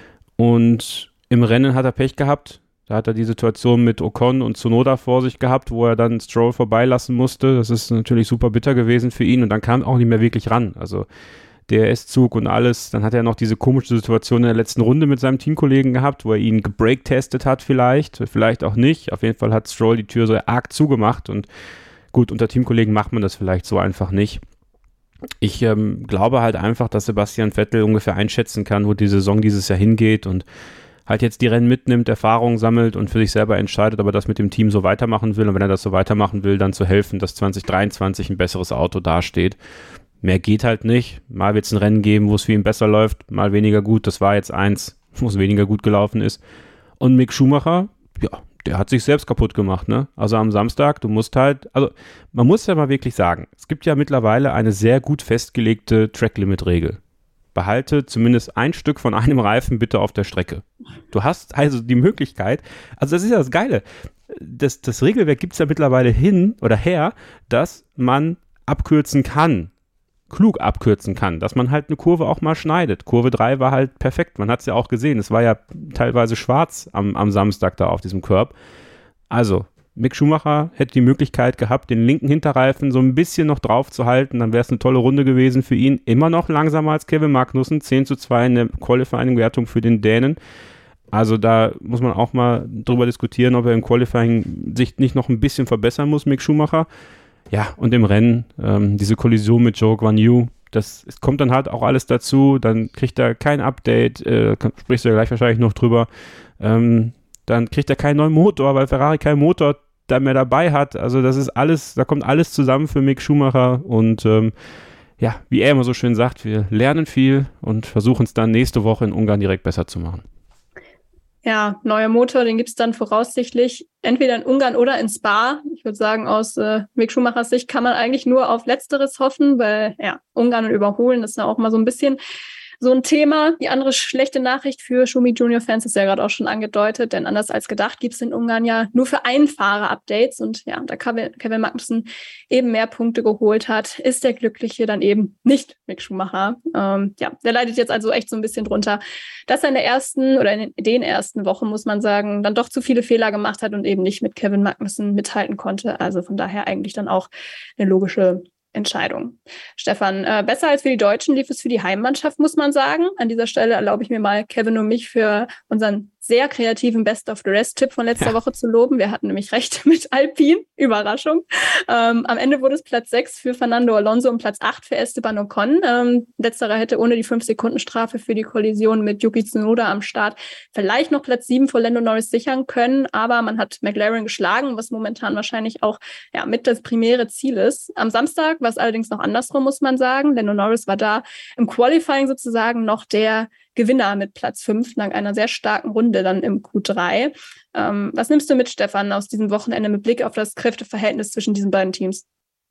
Und im Rennen hat er Pech gehabt. Da hat er die Situation mit Ocon und Tsunoda vor sich gehabt, wo er dann Stroll vorbeilassen musste. Das ist natürlich super bitter gewesen für ihn und dann kam auch nicht mehr wirklich ran. Also D R S-Zug und alles. Dann hat er noch diese komische Situation in der letzten Runde mit seinem Teamkollegen gehabt, wo er ihn gebreaktestet hat vielleicht, vielleicht auch nicht. Auf jeden Fall hat Stroll die Tür so arg zugemacht und gut, unter Teamkollegen macht man das vielleicht so einfach nicht. Ich ähm, glaube halt einfach, dass Sebastian Vettel ungefähr einschätzen kann, wo die Saison dieses Jahr hingeht und halt jetzt die Rennen mitnimmt, Erfahrung sammelt und für sich selber entscheidet, ob er das mit dem Team so weitermachen will und wenn er das so weitermachen will, dann zu helfen, dass zwanzig dreiundzwanzig ein besseres Auto dasteht. Mehr geht halt nicht. Mal wird es ein Rennen geben, wo es für ihn besser läuft, mal weniger gut. Das war jetzt eins, wo es weniger gut gelaufen ist. Und Mick Schumacher, ja, der hat sich selbst kaputt gemacht, ne? Also am Samstag, du musst halt, also man muss ja mal wirklich sagen, es gibt ja mittlerweile eine sehr gut festgelegte Track-Limit-Regel. Behalte zumindest ein Stück von einem Reifen bitte auf der Strecke. Du hast also die Möglichkeit, also das ist ja das Geile, das, das Regelwerk gibt es ja mittlerweile hin oder her, dass man abkürzen kann, klug abkürzen kann, dass man halt eine Kurve auch mal schneidet. Kurve drei war halt perfekt, man hat es ja auch gesehen, es war ja teilweise schwarz am, am Samstag da auf diesem Curb. Also, Mick Schumacher hätte die Möglichkeit gehabt, den linken Hinterreifen so ein bisschen noch drauf zu halten, dann wäre es eine tolle Runde gewesen für ihn. Immer noch langsamer als Kevin Magnussen, zehn zu zwei in der Qualifying-Wertung für den Dänen. Also da muss man auch mal drüber diskutieren, ob er im Qualifying sich nicht noch ein bisschen verbessern muss, Mick Schumacher. Ja, und im Rennen, ähm, diese Kollision mit Zhou Guanyu, das kommt dann halt auch alles dazu, dann kriegt er kein Update, äh, sprichst du ja gleich wahrscheinlich noch drüber, ähm, dann kriegt er keinen neuen Motor, weil Ferrari keinen Motor da mehr dabei hat. Also das ist alles, da kommt alles zusammen für Mick Schumacher und ähm, ja, wie er immer so schön sagt, wir lernen viel und versuchen es dann nächste Woche in Ungarn direkt besser zu machen. Ja, neuer Motor, den gibt es dann voraussichtlich entweder in Ungarn oder in Spa. Ich würde sagen, aus äh, Mick Schumachers Sicht kann man eigentlich nur auf Letzteres hoffen, weil ja, Ungarn und Überholen, das ist ja auch mal so ein bisschen so ein Thema. Die andere schlechte Nachricht für Schumi Junior-Fans ist ja gerade auch schon angedeutet, denn anders als gedacht gibt es in Ungarn ja nur für einen Fahrer Updates und ja, da Kevin, Kevin Magnussen eben mehr Punkte geholt hat, ist der Glückliche dann eben nicht Mick Schumacher. Ähm, ja, der leidet jetzt also echt so ein bisschen drunter, dass er in der ersten oder in den ersten Wochen, muss man sagen, dann doch zu viele Fehler gemacht hat und eben nicht mit Kevin Magnussen mithalten konnte. Also von daher eigentlich dann auch eine logische Entscheidung. Stefan, äh, besser als für die Deutschen lief es für die Heimmannschaft, muss man sagen. An dieser Stelle erlaube ich mir mal, Kevin und mich für unseren sehr kreativen Best of the Rest-Tipp von letzter ja. Woche zu loben. Wir hatten nämlich recht mit Alpine. Überraschung. Ähm, am Ende wurde es Platz sechs für Fernando Alonso und Platz acht für Esteban Ocon. Ähm, letzterer hätte ohne die fünf Sekunden Strafe für die Kollision mit Yuki Tsunoda am Start vielleicht noch Platz sieben vor Lando Norris sichern können, aber man hat McLaren geschlagen, was momentan wahrscheinlich auch ja, mit das primäre Ziel ist. Am Samstag war es allerdings noch andersrum, muss man sagen. Lando Norris war da im Qualifying sozusagen noch der Gewinner mit Platz fünf nach einer sehr starken Runde dann im Q drei. Ähm, was nimmst du mit, Stefan, aus diesem Wochenende mit Blick auf das Kräfteverhältnis zwischen diesen beiden Teams?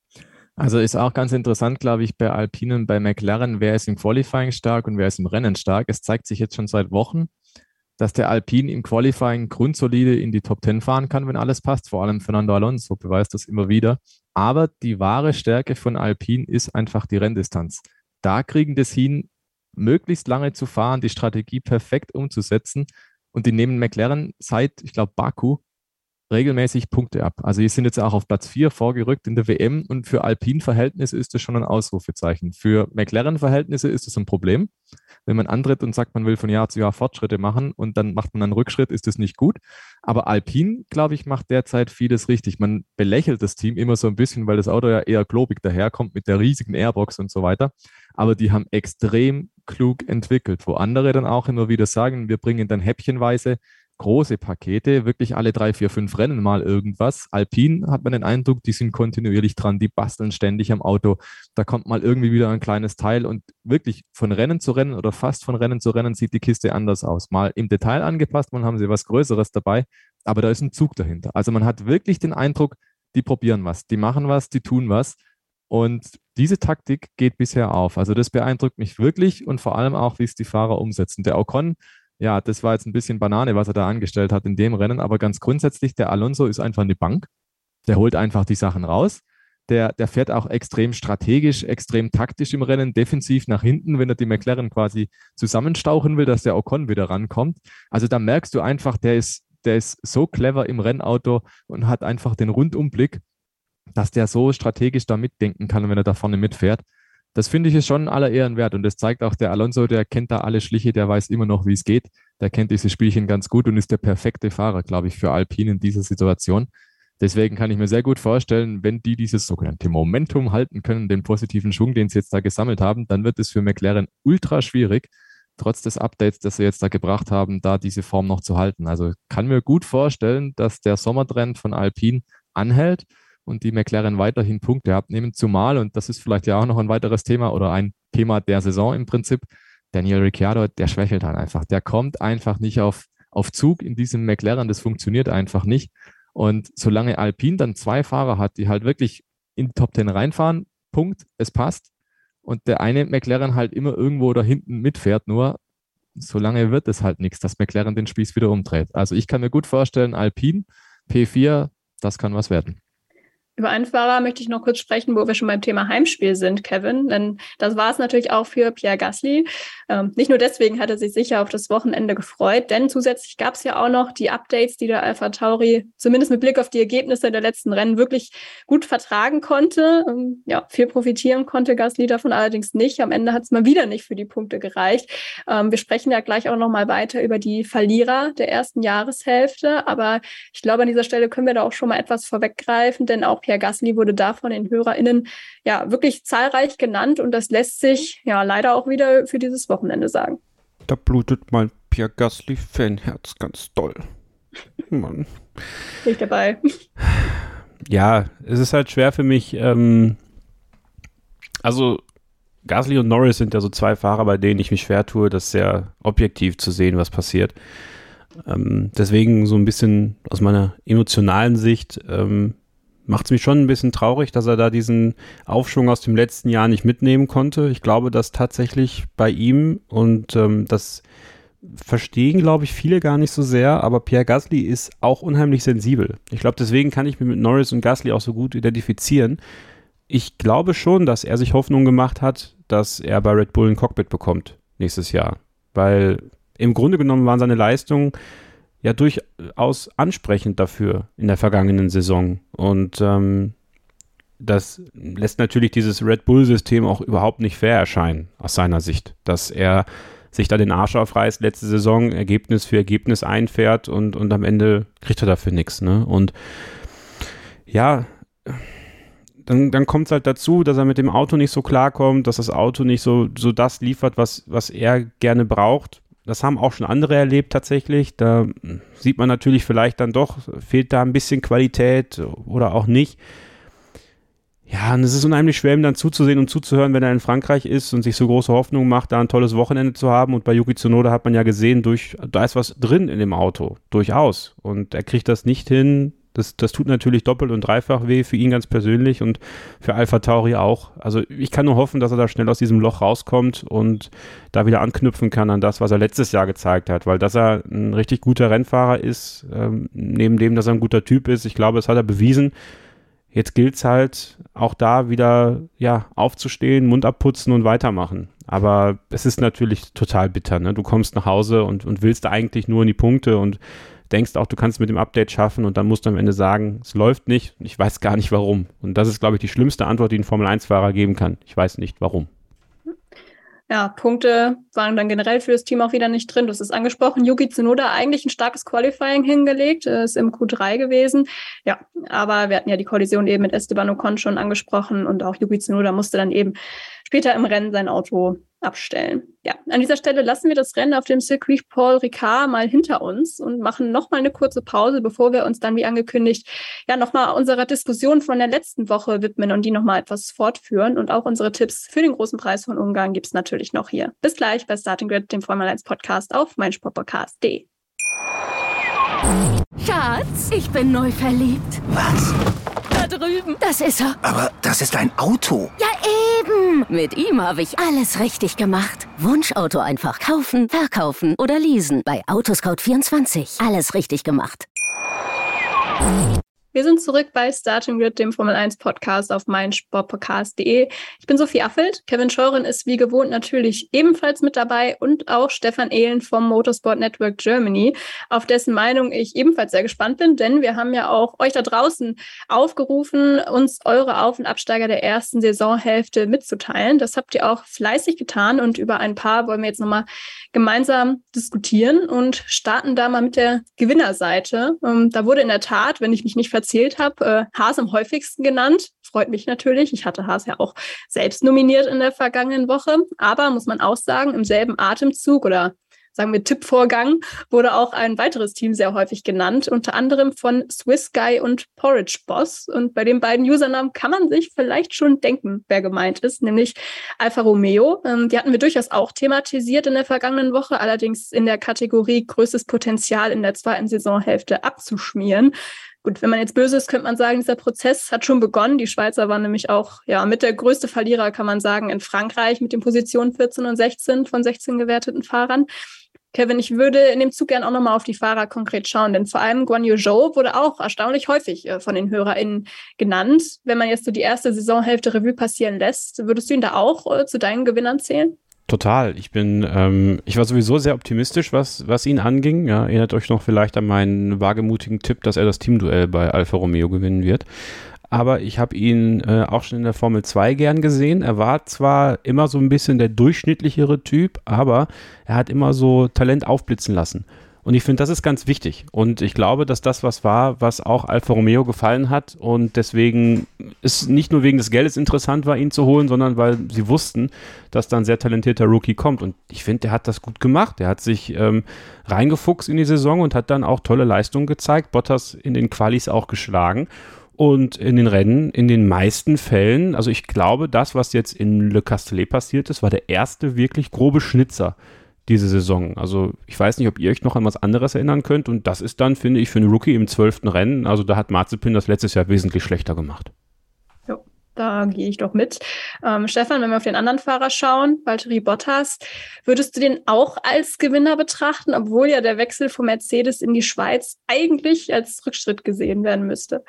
Also ist auch ganz interessant, glaube ich, bei Alpine und bei McLaren, wer ist im Qualifying stark und wer ist im Rennen stark. Es zeigt sich jetzt schon seit Wochen, dass der Alpine im Qualifying grundsolide in die Top zehn fahren kann, wenn alles passt. Vor allem Fernando Alonso beweist das immer wieder. Aber die wahre Stärke von Alpine ist einfach die Renndistanz. Da kriegen das hin, möglichst lange zu fahren, die Strategie perfekt umzusetzen. Und die nehmen McLaren seit, ich glaube, Baku regelmäßig Punkte ab. Also die sind jetzt auch auf Platz vier vorgerückt in der W M und für Alpine-Verhältnisse ist das schon ein Ausrufezeichen. Für McLaren-Verhältnisse ist das ein Problem. Wenn man antritt und sagt, man will von Jahr zu Jahr Fortschritte machen und dann macht man einen Rückschritt, ist das nicht gut. Aber Alpine, glaube ich, macht derzeit vieles richtig. Man belächelt das Team immer so ein bisschen, weil das Auto ja eher klobig daherkommt mit der riesigen Airbox und so weiter. Aber die haben extrem klug entwickelt, wo andere dann auch immer wieder sagen, wir bringen dann häppchenweise große Pakete, wirklich alle drei, vier, fünf Rennen mal irgendwas. Alpine hat man den Eindruck, die sind kontinuierlich dran, die basteln ständig am Auto. Da kommt mal irgendwie wieder ein kleines Teil und wirklich von Rennen zu Rennen oder fast von Rennen zu Rennen sieht die Kiste anders aus. Mal im Detail angepasst, mal haben sie was Größeres dabei, aber da ist ein Zug dahinter. Also man hat wirklich den Eindruck, die probieren was, die machen was, die tun was. Und diese Taktik geht bisher auf. Also das beeindruckt mich wirklich und vor allem auch, wie es die Fahrer umsetzen. Der Ocon, ja, das war jetzt ein bisschen Banane, was er da angestellt hat in dem Rennen, aber ganz grundsätzlich, der Alonso ist einfach eine Bank. Der holt einfach die Sachen raus. Der, der fährt auch extrem strategisch, extrem taktisch im Rennen, defensiv nach hinten, wenn er die McLaren quasi zusammenstauchen will, dass der Ocon wieder rankommt. Also da merkst du einfach, der ist, der ist so clever im Rennauto und hat einfach den Rundumblick, dass der so strategisch da mitdenken kann, wenn er da vorne mitfährt. das finde ich ist schon aller Ehren wert und das zeigt auch der Alonso, der kennt da alle Schliche, der weiß immer noch, wie es geht, der kennt dieses Spielchen ganz gut und ist der perfekte Fahrer, glaube ich, für Alpine in dieser Situation. Deswegen kann ich mir sehr gut vorstellen, wenn die dieses sogenannte Momentum halten können, den positiven Schwung, den sie jetzt da gesammelt haben, dann wird es für McLaren ultra schwierig, trotz des Updates, das sie jetzt da gebracht haben, da diese Form noch zu halten. Also kann mir gut vorstellen, dass der Sommertrend von Alpine anhält und die McLaren weiterhin Punkte abnehmen, zumal, und das ist vielleicht ja auch noch ein weiteres Thema oder ein Thema der Saison im Prinzip, Daniel Ricciardo, der schwächelt dann einfach. Der kommt einfach nicht auf, auf Zug in diesem McLaren, das funktioniert einfach nicht. Und solange Alpine dann zwei Fahrer hat, die halt wirklich in die Top Ten reinfahren, Punkt, es passt, und der eine McLaren halt immer irgendwo da hinten mitfährt, nur solange wird es halt nichts, dass McLaren den Spieß wieder umdreht. Also ich kann mir gut vorstellen, Alpine, P vier, das kann was werden. Über einen Fahrer möchte ich noch kurz sprechen, wo wir schon beim Thema Heimspiel sind, Kevin. Denn das war es natürlich auch für Pierre Gasly. Ähm, nicht nur deswegen hat er sich sicher auf das Wochenende gefreut, denn zusätzlich gab es ja auch noch die Updates, die der AlphaTauri zumindest mit Blick auf die Ergebnisse der letzten Rennen wirklich gut vertragen konnte. Ähm, ja, viel profitieren konnte Gasly davon allerdings nicht. Am Ende hat es mal wieder nicht für die Punkte gereicht. Ähm, wir sprechen ja gleich auch noch mal weiter über die Verlierer der ersten Jahreshälfte. Aber ich glaube, an dieser Stelle können wir da auch schon mal etwas vorweggreifen, denn auch Pierre Gasly wurde da von den HörerInnen ja wirklich zahlreich genannt und das lässt sich ja leider auch wieder für dieses Wochenende sagen. Da blutet mein Pierre Gasly-Fanherz ganz doll. Mann. Bin ich dabei. Ja, es ist halt schwer für mich, ähm, also Gasly und Norris sind ja so zwei Fahrer, bei denen ich mich schwer tue, das sehr objektiv zu sehen, was passiert. Ähm, deswegen so ein bisschen aus meiner emotionalen Sicht ähm, macht es mich schon ein bisschen traurig, dass er da diesen Aufschwung aus dem letzten Jahr nicht mitnehmen konnte. Ich glaube, dass tatsächlich bei ihm, und ähm, das verstehen, glaube ich, viele gar nicht so sehr, aber Pierre Gasly ist auch unheimlich sensibel. Ich glaube, deswegen kann ich mich mit Norris und Gasly auch so gut identifizieren. Ich glaube schon, dass er sich Hoffnung gemacht hat, dass er bei Red Bull ein Cockpit bekommt nächstes Jahr, weil im Grunde genommen waren seine Leistungen ja durchaus ansprechend dafür in der vergangenen Saison. Und ähm, das lässt natürlich dieses Red Bull-System auch überhaupt nicht fair erscheinen, aus seiner Sicht. Dass er sich da den Arsch aufreißt, letzte Saison Ergebnis für Ergebnis einfährt und, und am Ende kriegt er dafür nichts. Ne? Und ja, dann, dann kommt es halt dazu, dass er mit dem Auto nicht so klarkommt, dass das Auto nicht so, so das liefert, was, was er gerne braucht. Das haben auch schon andere erlebt tatsächlich. Da sieht man natürlich vielleicht dann doch, fehlt da ein bisschen Qualität oder auch nicht. Ja, und es ist unheimlich schwer, ihm dann zuzusehen und zuzuhören, wenn er in Frankreich ist und sich so große Hoffnung macht, da ein tolles Wochenende zu haben. Und bei Yuki Tsunoda hat man ja gesehen, durch, da ist was drin in dem Auto, durchaus. Und er kriegt das nicht hin. Das, das tut natürlich doppelt und dreifach weh für ihn ganz persönlich und für AlphaTauri auch. Also ich kann nur hoffen, dass er da schnell aus diesem Loch rauskommt und da wieder anknüpfen kann an das, was er letztes Jahr gezeigt hat. Weil dass er ein richtig guter Rennfahrer ist, ähm, neben dem, dass er ein guter Typ ist, ich glaube, das hat er bewiesen. Jetzt gilt es halt auch da wieder ja, aufzustehen, Mund abputzen und weitermachen. Aber es ist natürlich total bitter. Ne? Du kommst nach Hause und, und willst eigentlich nur in die Punkte und denkst auch, du kannst es mit dem Update schaffen und dann musst du am Ende sagen, es läuft nicht und ich weiß gar nicht warum. Und das ist, glaube ich, die schlimmste Antwort, die ein Formel eins Fahrer geben kann. Ich weiß nicht warum. Ja, Punkte waren dann generell für das Team auch wieder nicht drin. Du hast es angesprochen, Yuki Tsunoda eigentlich ein starkes Qualifying hingelegt, ist im Q drei gewesen. Ja, aber wir hatten ja die Kollision eben mit Esteban Ocon schon angesprochen und auch Yuki Tsunoda musste dann eben später im Rennen sein Auto abstellen. Ja, an dieser Stelle lassen wir das Rennen auf dem Circuit Paul Ricard mal hinter uns und machen nochmal eine kurze Pause, bevor wir uns dann, wie angekündigt, ja nochmal unserer Diskussion von der letzten Woche widmen und die nochmal etwas fortführen. Und auch unsere Tipps für den großen Preis von Ungarn gibt's natürlich noch hier. Bis gleich bei Starting Grid, dem Formel eins Podcast auf meinsportpodcast punkt de. Schatz, ich bin neu verliebt. Was? Da drüben. Das ist er. Aber das ist ein Auto. Ja, eben. Mit ihm habe ich alles richtig gemacht. Wunschauto einfach kaufen, verkaufen oder leasen. Bei Autoscout vierundzwanzig. Alles richtig gemacht. Wir sind zurück bei Starting Grid, dem Formel eins Podcast auf meinsportpodcast punkt de. Ich bin Sophie Affelt. Kevin Scheuren ist wie gewohnt natürlich ebenfalls mit dabei und auch Stefan Ehlen vom Motorsport Network Germany, auf dessen Meinung ich ebenfalls sehr gespannt bin, denn wir haben ja auch euch da draußen aufgerufen, uns eure Auf- und Absteiger der ersten Saisonhälfte mitzuteilen. Das habt ihr auch fleißig getan und über ein paar wollen wir jetzt nochmal gemeinsam diskutieren und starten da mal mit der Gewinnerseite. Da wurde in der Tat, wenn ich mich nicht erzählt habe, äh, Haas am häufigsten genannt. Freut mich natürlich. Ich hatte Haas ja auch selbst nominiert in der vergangenen Woche. Aber muss man auch sagen, im selben Atemzug oder sagen wir Tippvorgang wurde auch ein weiteres Team sehr häufig genannt, unter anderem von Swiss Guy und Porridge Boss. Und bei den beiden Usernamen kann man sich vielleicht schon denken, wer gemeint ist, nämlich Alfa Romeo. Ähm, die hatten wir durchaus auch thematisiert in der vergangenen Woche, allerdings in der Kategorie größtes Potenzial in der zweiten Saisonhälfte abzuschmieren. Gut, wenn man jetzt böse ist, könnte man sagen, dieser Prozess hat schon begonnen. Die Schweizer waren nämlich auch ja mit der größte Verlierer, kann man sagen, in Frankreich mit den Positionen vierzehn und sechzehn von sechzehn gewerteten Fahrern. Kevin, ich würde in dem Zug gerne auch nochmal auf die Fahrer konkret schauen, denn vor allem Guan Yu Zhou wurde auch erstaunlich häufig äh, von den HörerInnen genannt. Wenn man jetzt so die erste Saisonhälfte Revue passieren lässt, würdest du ihn da auch äh, zu deinen Gewinnern zählen? Total. Ich bin, ähm, ich war sowieso sehr optimistisch, was, was ihn anging. Ja, erinnert euch noch vielleicht an meinen wagemutigen Tipp, dass er das Teamduell bei Alfa Romeo gewinnen wird. Aber ich habe ihn äh, auch schon in der Formel zwei gern gesehen. Er war zwar immer so ein bisschen der durchschnittlichere Typ, aber er hat immer so Talent aufblitzen lassen. Und ich finde, das ist ganz wichtig. Und ich glaube, dass das was war, was auch Alfa Romeo gefallen hat. Und deswegen ist nicht nur wegen des Geldes interessant war, ihn zu holen, sondern weil sie wussten, dass da ein sehr talentierter Rookie kommt. Und ich finde, der hat das gut gemacht. Der hat sich ähm, reingefuchst in die Saison und hat dann auch tolle Leistungen gezeigt. Bottas in den Qualis auch geschlagen. Und in den Rennen, in den meisten Fällen, also ich glaube, das, was jetzt in Le Castellet passiert ist, war der erste wirklich grobe Schnitzer diese Saison. Also ich weiß nicht, ob ihr euch noch an was anderes erinnern könnt und das ist dann, finde ich, für einen Rookie im zwölften Rennen, also da hat Mazepin das letztes Jahr wesentlich schlechter gemacht. Ja, da gehe ich doch mit. Ähm, Stefan, wenn wir auf den anderen Fahrer schauen, Valtteri Bottas, würdest du den auch als Gewinner betrachten, obwohl ja der Wechsel von Mercedes in die Schweiz eigentlich als Rückschritt gesehen werden müsste?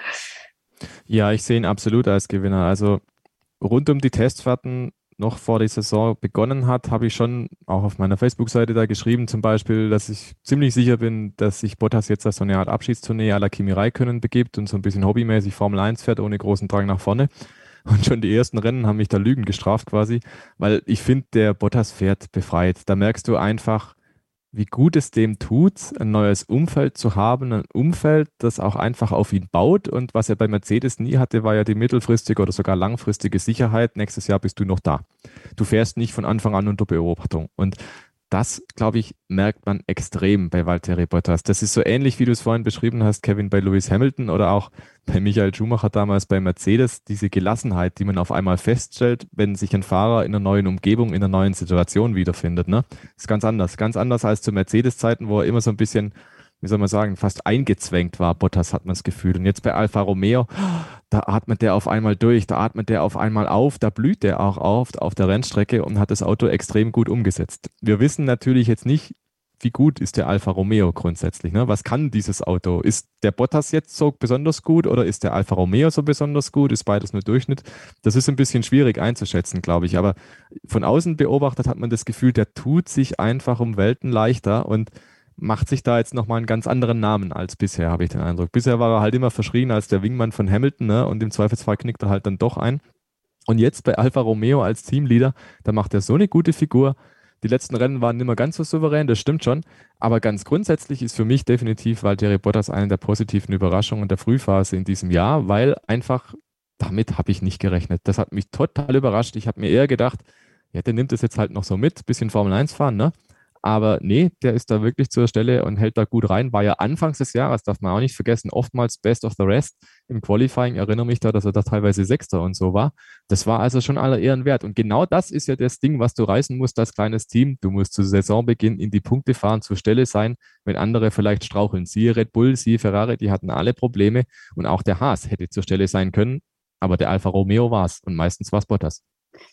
Ja, ich sehe ihn absolut als Gewinner. Also rund um die Testfahrten noch vor der Saison begonnen hat, habe ich schon auch auf meiner Facebook-Seite da geschrieben, zum Beispiel, dass ich ziemlich sicher bin, dass sich Bottas jetzt als so eine Art Abschiedstournee à la Kimi Räikkönen begibt und so ein bisschen hobbymäßig Formel eins fährt, ohne großen Drang nach vorne. Und schon die ersten Rennen haben mich da Lügen gestraft quasi, weil ich finde, der Bottas fährt befreit. Da merkst du einfach, wie gut es dem tut, ein neues Umfeld zu haben, ein Umfeld, das auch einfach auf ihn baut. Und was er bei Mercedes nie hatte, war ja die mittelfristige oder sogar langfristige Sicherheit. Nächstes Jahr bist du noch da. Du fährst nicht von Anfang an unter Beobachtung. Und das, glaube ich, merkt man extrem bei Valtteri Bottas. Das ist so ähnlich, wie du es vorhin beschrieben hast, Kevin, bei Lewis Hamilton oder auch bei Michael Schumacher damals bei Mercedes. Diese Gelassenheit, die man auf einmal feststellt, wenn sich ein Fahrer in einer neuen Umgebung, in einer neuen Situation wiederfindet. Ne? Ist ganz anders. Ganz anders als zu Mercedes-Zeiten, wo er immer so ein bisschen, wie soll man sagen, fast eingezwängt war. Bottas hat man das Gefühl. Und jetzt bei Alfa Romeo, da atmet der auf einmal durch, da atmet der auf einmal auf, da blüht der auch auf, auf der Rennstrecke und hat das Auto extrem gut umgesetzt. Wir wissen natürlich jetzt nicht, wie gut ist der Alfa Romeo grundsätzlich. Ne? Was kann dieses Auto? Ist der Bottas jetzt so besonders gut oder ist der Alfa Romeo so besonders gut? Ist beides nur Durchschnitt? Das ist ein bisschen schwierig einzuschätzen, glaube ich. Aber von außen beobachtet hat man das Gefühl, der tut sich einfach um Welten leichter und macht sich da jetzt nochmal einen ganz anderen Namen als bisher, habe ich den Eindruck. Bisher war er halt immer verschrien als der Wingman von Hamilton, ne? Und im Zweifelsfall knickt er halt dann doch ein. Und jetzt bei Alfa Romeo als Teamleader, da macht er so eine gute Figur. Die letzten Rennen waren nicht mehr ganz so souverän, das stimmt schon. Aber ganz grundsätzlich ist für mich definitiv Valtteri Bottas eine der positiven Überraschungen der Frühphase in diesem Jahr, weil einfach damit habe ich nicht gerechnet. Das hat mich total überrascht. Ich habe mir eher gedacht, ja, der nimmt das jetzt halt noch so mit, bisschen Formel eins fahren, ne? Aber nee, der ist da wirklich zur Stelle und hält da gut rein. War ja anfangs des Jahres, darf man auch nicht vergessen, oftmals Best of the Rest. Im Qualifying erinnere mich da, dass er da teilweise Sechster und so war. Das war also schon aller Ehren wert. Und genau das ist ja das Ding, was du reißen musst als kleines Team. Du musst zu Saisonbeginn in die Punkte fahren, zur Stelle sein, wenn andere vielleicht straucheln. Siehe Red Bull, siehe Ferrari, die hatten alle Probleme. Und auch der Haas hätte zur Stelle sein können. Aber der Alfa Romeo war es. Und meistens war es Bottas.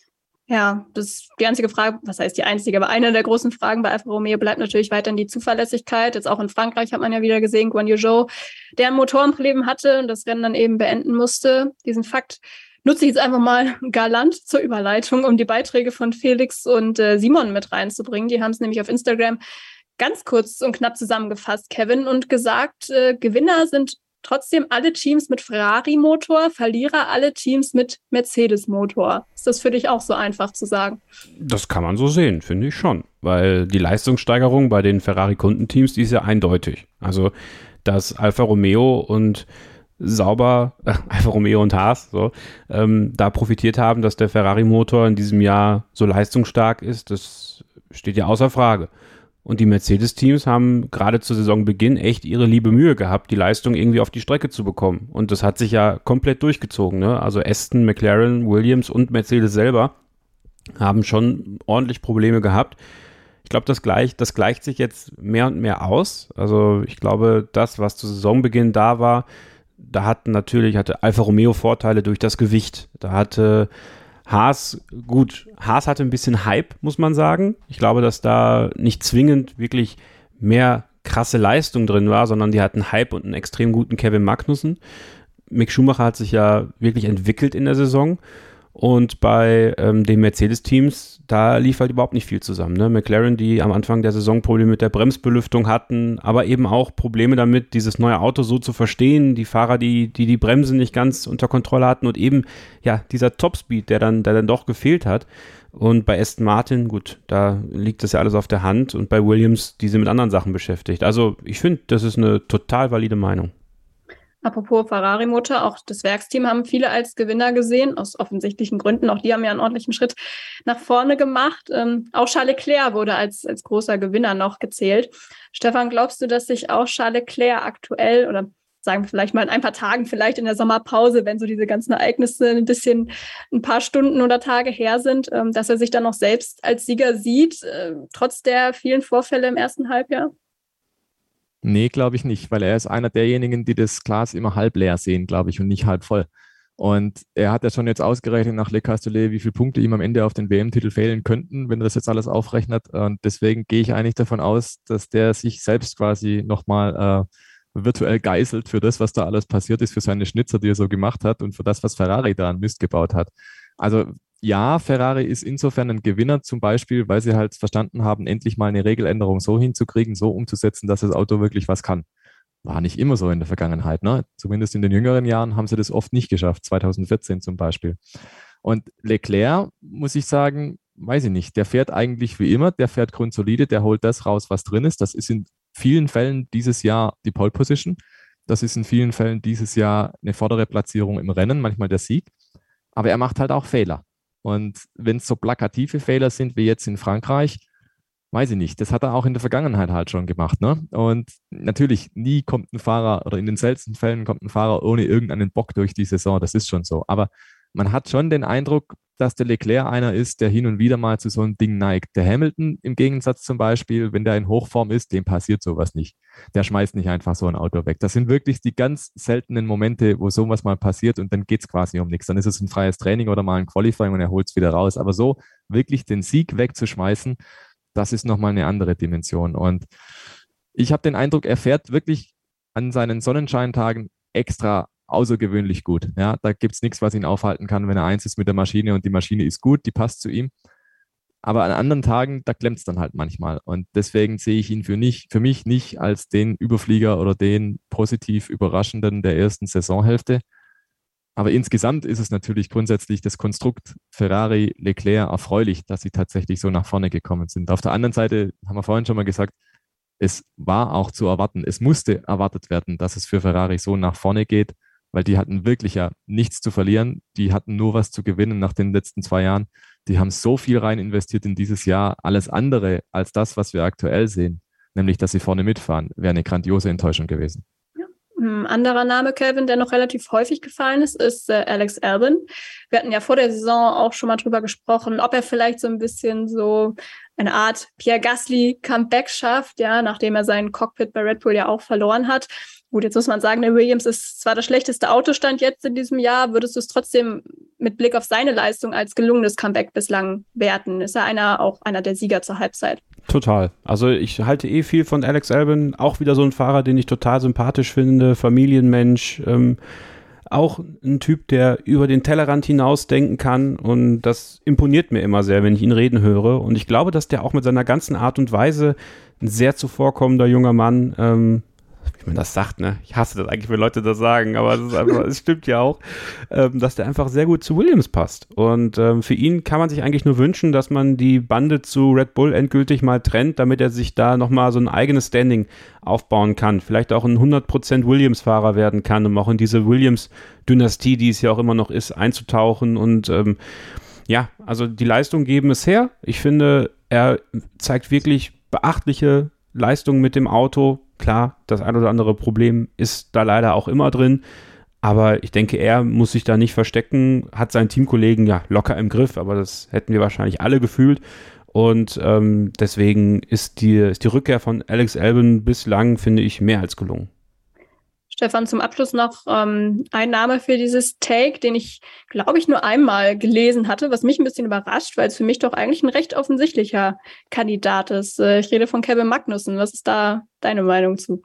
Ja, das ist die einzige Frage, was heißt die einzige, aber eine der großen Fragen bei Alfa Romeo bleibt natürlich weiterhin die Zuverlässigkeit. Jetzt auch in Frankreich hat man ja wieder gesehen, Guan Yu Zhou, der ein Motorenproblem hatte und das Rennen dann eben beenden musste. Diesen Fakt nutze ich jetzt einfach mal galant zur Überleitung, um die Beiträge von Felix und äh, Simon mit reinzubringen. Die haben es nämlich auf Instagram ganz kurz und knapp zusammengefasst, Kevin, und gesagt, äh, Gewinner sind trotzdem alle Teams mit Ferrari-Motor, Verlierer alle Teams mit Mercedes-Motor. Ist das für dich auch so einfach zu sagen? Das kann man so sehen, finde ich schon. Weil die Leistungssteigerung bei den Ferrari-Kundenteams, die ist ja eindeutig. Also, dass Alfa Romeo und Sauber, äh, Alfa Romeo und Haas, so, ähm, da profitiert haben, dass der Ferrari-Motor in diesem Jahr so leistungsstark ist, das steht ja außer Frage. Und die Mercedes-Teams haben gerade zu Saisonbeginn echt ihre liebe Mühe gehabt, die Leistung irgendwie auf die Strecke zu bekommen. Und das hat sich ja komplett durchgezogen, ne? Also Aston, McLaren, Williams und Mercedes selber haben schon ordentlich Probleme gehabt. Ich glaube, das, gleich, das gleicht sich jetzt mehr und mehr aus. Also ich glaube, das, was zu Saisonbeginn da war, da hatten natürlich, hatte Alfa Romeo Vorteile durch das Gewicht. Da hatte Haas, gut, Haas hatte ein bisschen Hype, muss man sagen. Ich glaube, dass da nicht zwingend wirklich mehr krasse Leistung drin war, sondern die hatten Hype und einen extrem guten Kevin Magnussen. Mick Schumacher hat sich ja wirklich entwickelt in der Saison. Und bei ähm, den Mercedes-Teams, da lief halt überhaupt nicht viel zusammen. Ne? McLaren, die am Anfang der Saison Probleme mit der Bremsbelüftung hatten, aber eben auch Probleme damit, dieses neue Auto so zu verstehen. Die Fahrer, die die, die Bremsen nicht ganz unter Kontrolle hatten und eben ja dieser Topspeed, der dann, der dann doch gefehlt hat. Und bei Aston Martin, gut, da liegt das ja alles auf der Hand. Und bei Williams, die sind mit anderen Sachen beschäftigt. Also ich finde, das ist eine total valide Meinung. Apropos Ferrari-Motor, auch das Werksteam haben viele als Gewinner gesehen, aus offensichtlichen Gründen. Auch die haben ja einen ordentlichen Schritt nach vorne gemacht. Ähm, auch Charles Leclerc wurde als, als großer Gewinner noch gezählt. Stefan, glaubst du, dass sich auch Charles Leclerc aktuell, oder sagen wir vielleicht mal in ein paar Tagen, vielleicht in der Sommerpause, wenn so diese ganzen Ereignisse ein bisschen ein paar Stunden oder Tage her sind, ähm, dass er sich dann noch selbst als Sieger sieht, äh, trotz der vielen Vorfälle im ersten Halbjahr? Nee, glaube ich nicht, weil er ist einer derjenigen, die das Glas immer halb leer sehen, glaube ich, und nicht halb voll. Und er hat ja schon jetzt ausgerechnet nach Le Castellet, wie viele Punkte ihm am Ende auf den W M-Titel fehlen könnten, wenn er das jetzt alles aufrechnet. Und deswegen gehe ich eigentlich davon aus, dass der sich selbst quasi nochmal äh, virtuell geißelt für das, was da alles passiert ist, für seine Schnitzer, die er so gemacht hat und für das, was Ferrari da an Mist gebaut hat. Also ja, Ferrari ist insofern ein Gewinner, zum Beispiel, weil sie halt verstanden haben, endlich mal eine Regeländerung so hinzukriegen, so umzusetzen, dass das Auto wirklich was kann. War nicht immer so in der Vergangenheit, ne? Zumindest in den jüngeren Jahren haben sie das oft nicht geschafft, zwanzig vierzehn zum Beispiel. Und Leclerc, muss ich sagen, weiß ich nicht, der fährt eigentlich wie immer, der fährt grundsolide, der holt das raus, was drin ist. Das ist in vielen Fällen dieses Jahr die Pole Position. Das ist in vielen Fällen dieses Jahr eine vordere Platzierung im Rennen, manchmal der Sieg. Aber er macht halt auch Fehler. Und wenn es so plakative Fehler sind wie jetzt in Frankreich, weiß ich nicht, das hat er auch in der Vergangenheit halt schon gemacht, ne? Und natürlich, nie kommt ein Fahrer, oder in den seltensten Fällen kommt ein Fahrer ohne irgendeinen Bock durch die Saison, das ist schon so. Aber man hat schon den Eindruck, dass der Leclerc einer ist, der hin und wieder mal zu so einem Ding neigt. Der Hamilton im Gegensatz zum Beispiel, wenn der in Hochform ist, dem passiert sowas nicht. Der schmeißt nicht einfach so ein Auto weg. Das sind wirklich die ganz seltenen Momente, wo sowas mal passiert und dann geht es quasi um nichts. Dann ist es ein freies Training oder mal ein Qualifying und er holt es wieder raus. Aber so wirklich den Sieg wegzuschmeißen, das ist nochmal eine andere Dimension. Und ich habe den Eindruck, er fährt wirklich an seinen Sonnenscheintagen extra außergewöhnlich gut. Ja, da gibt es nichts, was ihn aufhalten kann, wenn er eins ist mit der Maschine und die Maschine ist gut, die passt zu ihm. Aber an anderen Tagen, da klemmt es dann halt manchmal. Und deswegen sehe ich ihn für, nicht, für mich nicht als den Überflieger oder den positiv Überraschenden der ersten Saisonhälfte. Aber insgesamt ist es natürlich grundsätzlich das Konstrukt Ferrari, Leclerc erfreulich, dass sie tatsächlich so nach vorne gekommen sind. Auf der anderen Seite haben wir vorhin schon mal gesagt, es war auch zu erwarten, es musste erwartet werden, dass es für Ferrari so nach vorne geht, weil die hatten wirklich ja nichts zu verlieren. Die hatten nur was zu gewinnen nach den letzten zwei Jahren. Die haben so viel rein investiert in dieses Jahr. Alles andere als das, was wir aktuell sehen, nämlich, dass sie vorne mitfahren, wäre eine grandiose Enttäuschung gewesen. Ein anderer Name, Kelvin, der noch relativ häufig gefallen ist, ist äh, Alex Albon. Wir hatten ja vor der Saison auch schon mal drüber gesprochen, ob er vielleicht so ein bisschen so eine Art Pierre Gasly Comeback schafft, ja, nachdem er seinen Cockpit bei Red Bull ja auch verloren hat. Gut, jetzt muss man sagen, der Williams ist zwar das schlechteste Autostand jetzt in diesem Jahr. Würdest du es trotzdem mit Blick auf seine Leistung als gelungenes Comeback bislang werten? Ist er einer, auch einer der Sieger zur Halbzeit? Total. Also ich halte eh viel von Alex Albon, auch wieder so ein Fahrer, den ich total sympathisch finde, Familienmensch, ähm, auch ein Typ, der über den Tellerrand hinaus denken kann, und das imponiert mir immer sehr, wenn ich ihn reden höre, und ich glaube, dass der auch mit seiner ganzen Art und Weise ein sehr zuvorkommender junger Mann, ähm, wie man das sagt, ne? Ich hasse das eigentlich, wenn Leute das sagen, aber es, ist einfach, es stimmt ja auch, ähm, dass der einfach sehr gut zu Williams passt. Und ähm, für ihn kann man sich eigentlich nur wünschen, dass man die Bande zu Red Bull endgültig mal trennt, damit er sich da nochmal so ein eigenes Standing aufbauen kann. Vielleicht auch ein hundert Prozent Williams-Fahrer werden kann, um auch in diese Williams-Dynastie, die es ja auch immer noch ist, einzutauchen. Und ähm, ja, also die Leistungen geben es her. Ich finde, er zeigt wirklich beachtliche Leistungen mit dem Auto. Klar, das ein oder andere Problem ist da leider auch immer drin, aber ich denke, er muss sich da nicht verstecken, hat seinen Teamkollegen ja locker im Griff, aber das hätten wir wahrscheinlich alle gefühlt, und ähm, deswegen ist die, ist die Rückkehr von Alex Albon bislang, finde ich, mehr als gelungen. Stefan, zum Abschluss noch ähm, ein Name für dieses Take, den ich, glaube ich, nur einmal gelesen hatte, was mich ein bisschen überrascht, weil es für mich doch eigentlich ein recht offensichtlicher Kandidat ist. Äh, ich rede von Kevin Magnussen. Was ist da deine Meinung zu?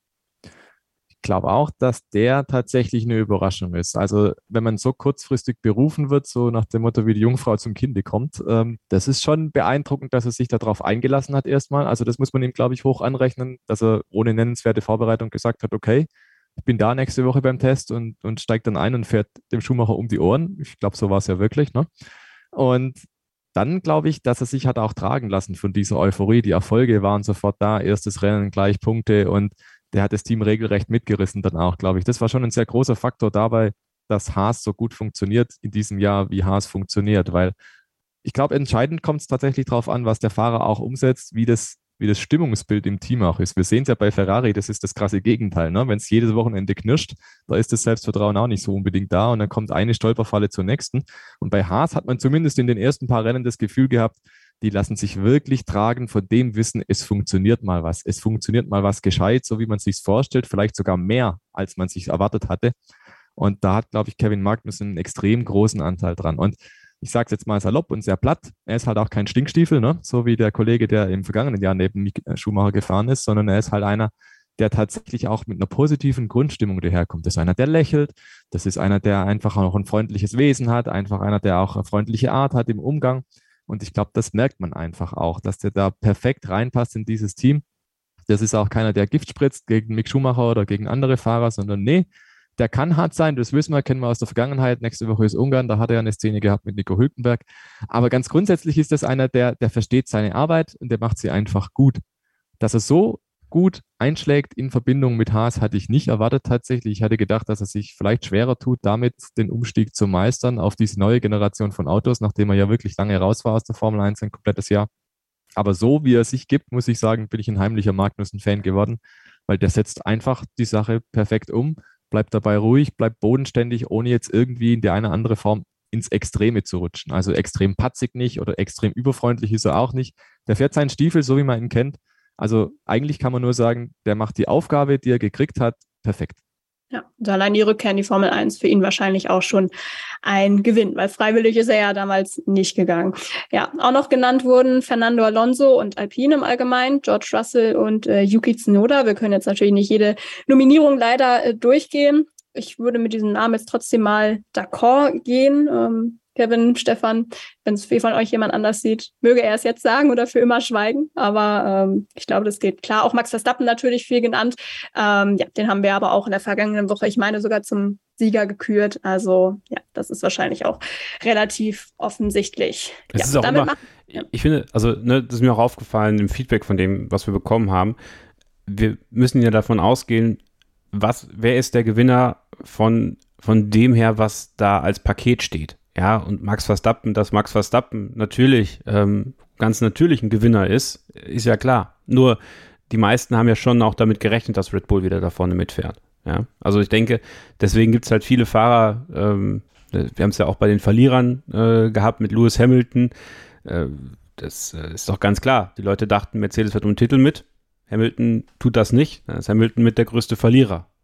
Ich glaube auch, dass der tatsächlich eine Überraschung ist. Also wenn man so kurzfristig berufen wird, so nach dem Motto, wie die Jungfrau zum Kinde kommt, ähm, das ist schon beeindruckend, dass er sich darauf eingelassen hat erstmal. Also das muss man ihm, glaube ich, hoch anrechnen, dass er ohne nennenswerte Vorbereitung gesagt hat, okay, ich bin da nächste Woche beim Test und, und steigt dann ein und fährt dem Schumacher um die Ohren. Ich glaube, so war es ja wirklich. Ne? Und dann glaube ich, dass er sich hat auch tragen lassen von dieser Euphorie. Die Erfolge waren sofort da, erstes Rennen, gleich Punkte, und der hat das Team regelrecht mitgerissen dann auch, glaube ich. Das war schon ein sehr großer Faktor dabei, dass Haas so gut funktioniert in diesem Jahr, wie Haas funktioniert, weil ich glaube, entscheidend kommt es tatsächlich darauf an, was der Fahrer auch umsetzt, wie das wie das Stimmungsbild im Team auch ist. Wir sehen es ja bei Ferrari, das ist das krasse Gegenteil. Ne? Wenn es jedes Wochenende knirscht, da ist das Selbstvertrauen auch nicht so unbedingt da, und dann kommt eine Stolperfalle zur nächsten. Und bei Haas hat man zumindest in den ersten paar Rennen das Gefühl gehabt, die lassen sich wirklich tragen von dem Wissen, es funktioniert mal was. Es funktioniert mal was gescheit, so wie man es sich vorstellt, vielleicht sogar mehr, als man sich erwartet hatte. Und da hat, glaube ich, Kevin Magnussen einen extrem großen Anteil dran. Und ich sage es jetzt mal salopp und sehr platt, er ist halt auch kein Stinkstiefel, ne? So wie der Kollege, der im vergangenen Jahr neben Schumacher gefahren ist, sondern er ist halt einer, der tatsächlich auch mit einer positiven Grundstimmung daherkommt. Das ist einer, der lächelt, das ist einer, der einfach auch ein freundliches Wesen hat, einfach einer, der auch eine freundliche Art hat im Umgang, und ich glaube, das merkt man einfach auch, dass der da perfekt reinpasst in dieses Team. Das ist auch keiner, der Gift spritzt gegen Mick Schumacher oder gegen andere Fahrer, sondern nee, der kann hart sein, das wissen wir, kennen wir aus der Vergangenheit. Nächste Woche ist Ungarn, da hat er ja eine Szene gehabt mit Nico Hülkenberg. Aber ganz grundsätzlich ist das einer, der, der versteht seine Arbeit und der macht sie einfach gut. Dass er so gut einschlägt in Verbindung mit Haas, hatte ich nicht erwartet tatsächlich. Ich hatte gedacht, dass er sich vielleicht schwerer tut, damit den Umstieg zu meistern auf diese neue Generation von Autos, nachdem er ja wirklich lange raus war aus der Formel eins, ein komplettes Jahr. Aber so, wie er sich gibt, muss ich sagen, bin ich ein heimlicher Magnussen-Fan geworden, weil der setzt einfach die Sache perfekt um, bleibt dabei ruhig, bleibt bodenständig, ohne jetzt irgendwie in die eine oder andere Form ins Extreme zu rutschen. Also extrem patzig nicht oder extrem überfreundlich ist er auch nicht. Der fährt seinen Stiefel, so wie man ihn kennt. Also eigentlich kann man nur sagen, der macht die Aufgabe, die er gekriegt hat, perfekt. Ja, und allein die Rückkehr in die Formel eins für ihn wahrscheinlich auch schon ein Gewinn, weil freiwillig ist er ja damals nicht gegangen. Ja, auch noch genannt wurden Fernando Alonso und Alpine im Allgemeinen, George Russell und äh, Yuki Tsunoda. Wir können jetzt natürlich nicht jede Nominierung leider äh, durchgehen. Ich würde mit diesem Namen jetzt trotzdem mal d'accord gehen. Ähm, Kevin, Stefan, wenn es von euch jemand anders sieht, möge er es jetzt sagen oder für immer schweigen. Aber ähm, ich glaube, das geht klar. Auch Max Verstappen natürlich viel genannt. Ähm, ja, den haben wir aber auch in der vergangenen Woche, ich meine, sogar zum Sieger gekürt. Also ja, das ist wahrscheinlich auch relativ offensichtlich. Es ja, ist auch damit immer, machen, ja. Ich finde, also ne, das ist mir auch aufgefallen im Feedback von dem, was wir bekommen haben. Wir müssen ja davon ausgehen, was, wer ist der Gewinner von, von dem her, was da als Paket steht. Ja, und Max Verstappen, dass Max Verstappen natürlich ähm, ganz natürlich ein Gewinner ist, ist ja klar. Nur die meisten haben ja schon auch damit gerechnet, dass Red Bull wieder da vorne mitfährt. Ja, also ich denke, deswegen gibt es halt viele Fahrer, ähm, wir haben es ja auch bei den Verlierern äh, gehabt mit Lewis Hamilton. Äh, das äh, ist doch ganz klar. Die Leute dachten, Mercedes fährt um den Titel mit. Hamilton tut das nicht. Dann ist Hamilton mit der größte Verlierer.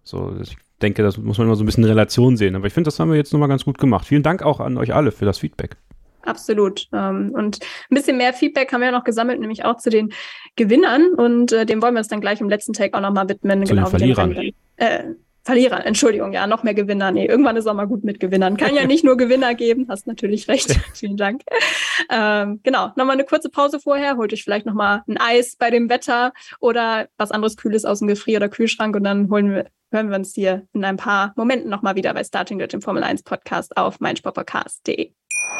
So, ich denke, das muss man immer so ein bisschen in Relation sehen. Aber ich finde, das haben wir jetzt nochmal ganz gut gemacht. Vielen Dank auch an euch alle für das Feedback. Absolut. Ähm, und ein bisschen mehr Feedback haben wir ja noch gesammelt, nämlich auch zu den Gewinnern. Und äh, dem wollen wir uns dann gleich im letzten Take auch nochmal widmen. Zu genau, den Verlierern. Den äh, Verlierern, Entschuldigung, ja, noch mehr Gewinner. Nee, irgendwann ist auch mal gut mit Gewinnern. Kann ja nicht nur Gewinner geben, hast natürlich recht. Vielen Dank. Ähm, genau, nochmal eine kurze Pause vorher. Holt euch vielleicht nochmal ein Eis bei dem Wetter oder was anderes Kühles aus dem Gefrier- oder Kühlschrank und dann holen wir, hören wir uns hier in ein paar Momenten nochmal wieder bei Starting Grid, dem Formel eins Podcast auf meinsportpodcast punkt de.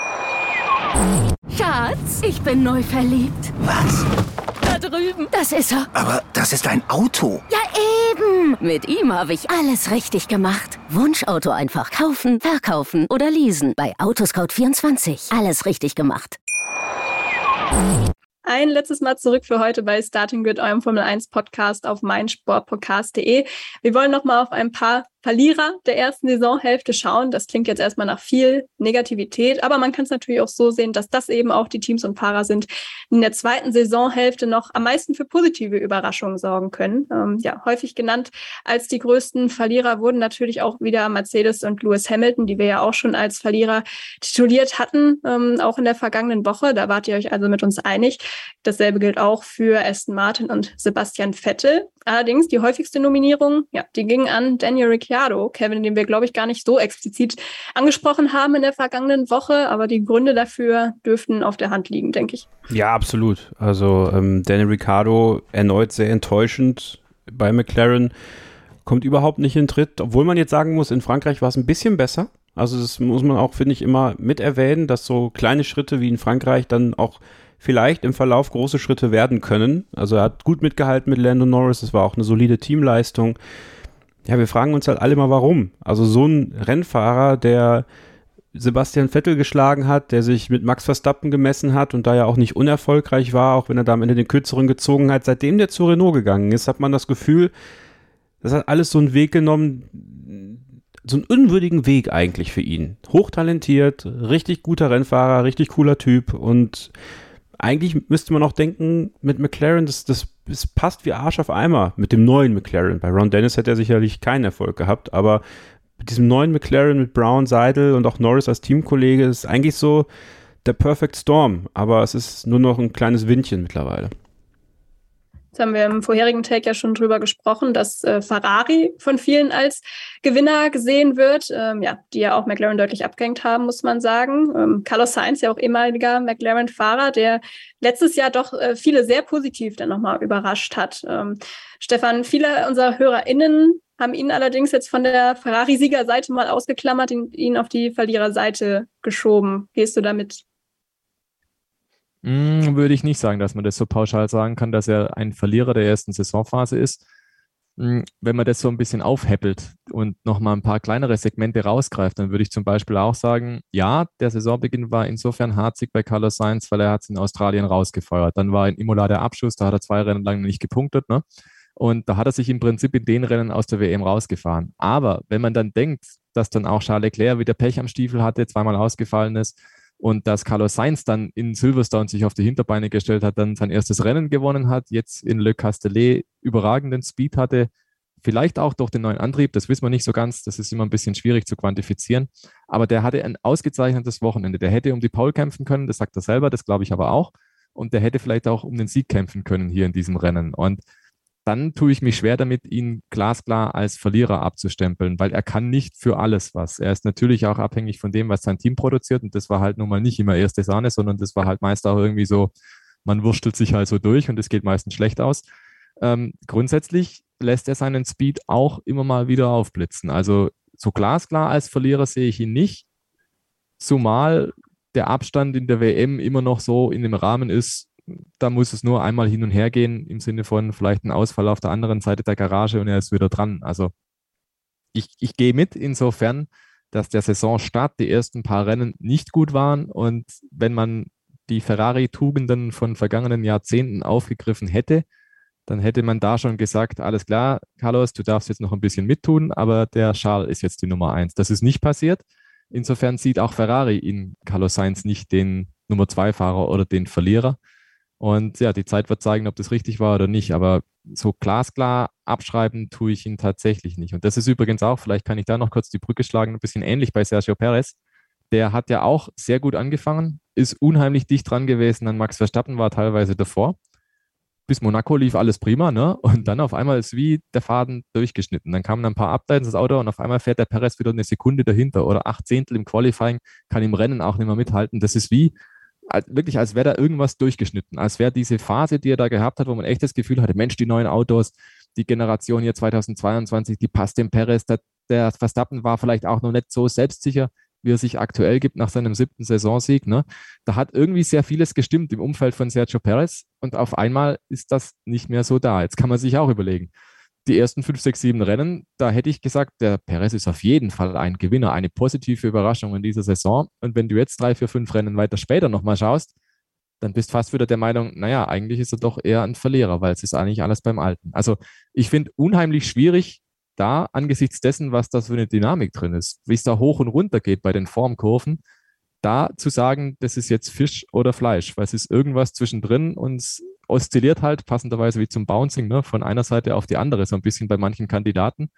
Schatz, ich bin neu verliebt. Was? Da drüben. Das ist er. Aber das ist ein Auto. Ja, eben. Mit ihm habe ich alles richtig gemacht. Wunschauto einfach kaufen, verkaufen oder leasen. Bei Autoscout vierundzwanzig. Alles richtig gemacht. Ein letztes Mal zurück für heute bei Starting Grid, eurem Formel eins Podcast auf meinsportpodcast punkt de. Wir wollen noch mal auf ein paar Verlierer der ersten Saisonhälfte schauen. Das klingt jetzt erstmal nach viel Negativität, aber man kann es natürlich auch so sehen, dass das eben auch die Teams und Fahrer sind, die in der zweiten Saisonhälfte noch am meisten für positive Überraschungen sorgen können. Ähm, ja, häufig genannt als die größten Verlierer wurden natürlich auch wieder Mercedes und Lewis Hamilton, die wir ja auch schon als Verlierer tituliert hatten, ähm, auch in der vergangenen Woche. Da wart ihr euch also mit uns einig. Dasselbe gilt auch für Aston Martin und Sebastian Vettel. Allerdings die häufigste Nominierung, ja, die ging an Daniel Ricciardo, Kevin, den wir, glaube ich, gar nicht so explizit angesprochen haben in der vergangenen Woche, aber die Gründe dafür dürften auf der Hand liegen, denke ich. Ja, absolut. Also ähm, Daniel Ricciardo erneut sehr enttäuschend bei McLaren, kommt überhaupt nicht in Tritt, obwohl man jetzt sagen muss, in Frankreich war es ein bisschen besser. Also das muss man auch, finde ich, immer mit erwähnen, dass so kleine Schritte wie in Frankreich dann auch vielleicht im Verlauf große Schritte werden können. Also er hat gut mitgehalten mit Lando Norris, es war auch eine solide Teamleistung. Ja, wir fragen uns halt alle mal, warum. Also so ein Rennfahrer, der Sebastian Vettel geschlagen hat, der sich mit Max Verstappen gemessen hat und da ja auch nicht unerfolgreich war, auch wenn er da am Ende den Kürzeren gezogen hat, seitdem der zu Renault gegangen ist, hat man das Gefühl, das hat alles so einen Weg genommen, so einen unwürdigen Weg eigentlich für ihn. Hochtalentiert, richtig guter Rennfahrer, richtig cooler Typ und eigentlich müsste man auch denken, mit McLaren, das, das, das passt wie Arsch auf Eimer mit dem neuen McLaren. Bei Ron Dennis hätte er sicherlich keinen Erfolg gehabt, aber mit diesem neuen McLaren, mit Brown, Seidel und auch Norris als Teamkollege, ist eigentlich so der Perfect Storm, aber es ist nur noch ein kleines Windchen mittlerweile. Jetzt haben wir im vorherigen Take ja schon drüber gesprochen, dass äh, Ferrari von vielen als Gewinner gesehen wird, ähm, ja, die ja auch McLaren deutlich abgehängt haben, muss man sagen. Ähm, Carlos Sainz, ja auch ehemaliger McLaren-Fahrer, der letztes Jahr doch äh, viele sehr positiv dann nochmal überrascht hat. Ähm, Stefan, viele unserer HörerInnen haben ihn allerdings jetzt von der Ferrari-Siegerseite mal ausgeklammert, ihn, ihn auf die Verliererseite geschoben. Gehst du damit? Würde ich nicht sagen, dass man das so pauschal sagen kann, dass er ein Verlierer der ersten Saisonphase ist. Wenn man das so ein bisschen aufheppelt und nochmal ein paar kleinere Segmente rausgreift, dann würde ich zum Beispiel auch sagen, ja, der Saisonbeginn war insofern harzig bei Carlos Sainz, weil er hat es in Australien rausgefeuert. Dann war in Imola der Abschuss, da hat er zwei Rennen lang nicht gepunktet, ne? Und da hat er sich im Prinzip in den Rennen aus der W M rausgefahren. Aber wenn man dann denkt, dass dann auch Charles Leclerc wieder Pech am Stiefel hatte, zweimal ausgefallen ist, und dass Carlos Sainz dann in Silverstone sich auf die Hinterbeine gestellt hat, dann sein erstes Rennen gewonnen hat, jetzt in Le Castellet überragenden Speed hatte, vielleicht auch durch den neuen Antrieb, das wissen wir nicht so ganz, das ist immer ein bisschen schwierig zu quantifizieren, aber der hatte ein ausgezeichnetes Wochenende, der hätte um die Pole kämpfen können, das sagt er selber, das glaube ich aber auch, und der hätte vielleicht auch um den Sieg kämpfen können hier in diesem Rennen, und dann tue ich mich schwer damit, ihn glasklar als Verlierer abzustempeln, weil er kann nicht für alles was. Er ist natürlich auch abhängig von dem, was sein Team produziert, und das war halt nun mal nicht immer erste Sahne, sondern das war halt meist auch irgendwie so, man wurstelt sich halt so durch und es geht meistens schlecht aus. Ähm, grundsätzlich lässt er seinen Speed auch immer mal wieder aufblitzen. Also so glasklar als Verlierer sehe ich ihn nicht, zumal der Abstand in der W M immer noch so in dem Rahmen ist, da muss es nur einmal hin und her gehen, im Sinne von vielleicht ein Ausfall auf der anderen Seite der Garage und er ist wieder dran. Also ich, ich gehe mit insofern, dass der Saisonstart, die ersten paar Rennen nicht gut waren, und wenn man die Ferrari-Tugenden von vergangenen Jahrzehnten aufgegriffen hätte, dann hätte man da schon gesagt, alles klar, Carlos, du darfst jetzt noch ein bisschen mittun, aber der Charles ist jetzt die Nummer eins. Das ist nicht passiert. Insofern sieht auch Ferrari in Carlos Sainz nicht den Nummer zwei Fahrer oder den Verlierer. Und ja, die Zeit wird zeigen, ob das richtig war oder nicht. Aber so glasklar abschreiben tue ich ihn tatsächlich nicht. Und das ist übrigens auch, vielleicht kann ich da noch kurz die Brücke schlagen, ein bisschen ähnlich bei Sergio Perez. Der hat ja auch sehr gut angefangen, ist unheimlich dicht dran gewesen an Max Verstappen, war teilweise davor. Bis Monaco lief alles prima, ne? Und dann auf einmal ist wie der Faden durchgeschnitten. Dann kamen ein paar Updates ins Auto und auf einmal fährt der Perez wieder eine Sekunde dahinter oder acht Zehntel im Qualifying, kann im Rennen auch nicht mehr mithalten. Das ist wie, als, wirklich, als wäre da irgendwas durchgeschnitten. Als wäre diese Phase, die er da gehabt hat, wo man echt das Gefühl hatte, Mensch, die neuen Autos, die Generation hier zweitausendzweiundzwanzig, die passt dem Perez. Der, der Verstappen war vielleicht auch noch nicht so selbstsicher, wie er sich aktuell gibt nach seinem siebten Saisonsieg. Ne? Da hat irgendwie sehr vieles gestimmt im Umfeld von Sergio Perez und auf einmal ist das nicht mehr so da. Jetzt kann man sich auch überlegen, die ersten fünf, sechs, sieben Rennen, da hätte ich gesagt, der Perez ist auf jeden Fall ein Gewinner, eine positive Überraschung in dieser Saison. Und wenn du jetzt drei, vier, fünf Rennen weiter später nochmal schaust, dann bist du fast wieder der Meinung, naja, eigentlich ist er doch eher ein Verlierer, weil es ist eigentlich alles beim Alten. Also ich finde unheimlich schwierig, da angesichts dessen, was das für eine Dynamik drin ist, wie es da hoch und runter geht bei den Formkurven, da zu sagen, das ist jetzt Fisch oder Fleisch, weil es ist irgendwas zwischendrin und es oszilliert halt passenderweise wie zum Bouncing, ne, von einer Seite auf die andere, so ein bisschen bei manchen Kandidaten.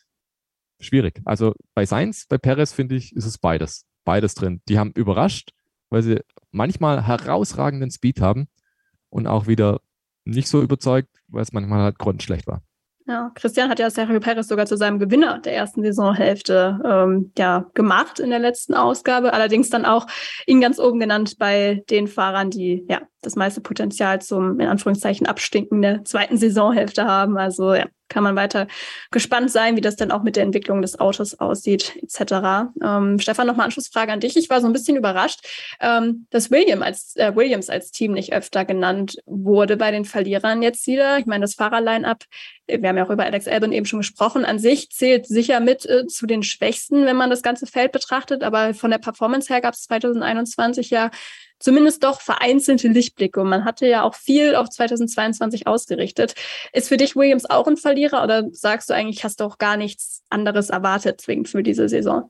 Schwierig. Also bei Sainz, bei Perez finde ich, ist es beides. Beides drin. Die haben überrascht, weil sie manchmal herausragenden Speed haben und auch wieder nicht so überzeugt, weil es manchmal halt grottenschlecht war. Ja, Christian hat ja Sergio Perez sogar zu seinem Gewinner der ersten Saisonhälfte ähm, ja, gemacht in der letzten Ausgabe. Allerdings dann auch ihn ganz oben genannt bei den Fahrern, die ja das meiste Potenzial zum, in Anführungszeichen, Abstinken der zweiten Saisonhälfte haben. Also ja, kann man weiter gespannt sein, wie das dann auch mit der Entwicklung des Autos aussieht, et cetera. Ähm, Stefan, nochmal Anschlussfrage an dich. Ich war so ein bisschen überrascht, ähm, dass William als, äh, Williams als Team nicht öfter genannt wurde bei den Verlierern jetzt wieder. Ich meine, das Fahrerline-up, wir haben ja auch über Alex Albon eben schon gesprochen, an sich zählt sicher mit äh, zu den Schwächsten, wenn man das ganze Feld betrachtet. Aber von der Performance her gab es zwanzig einundzwanzig ja zumindest doch vereinzelte Lichtblicke. Und man hatte ja auch viel auf zwanzig zweiundzwanzig ausgerichtet. Ist für dich Williams auch ein Verlierer oder sagst du eigentlich, hast du auch gar nichts anderes erwartet zwingend für diese Saison?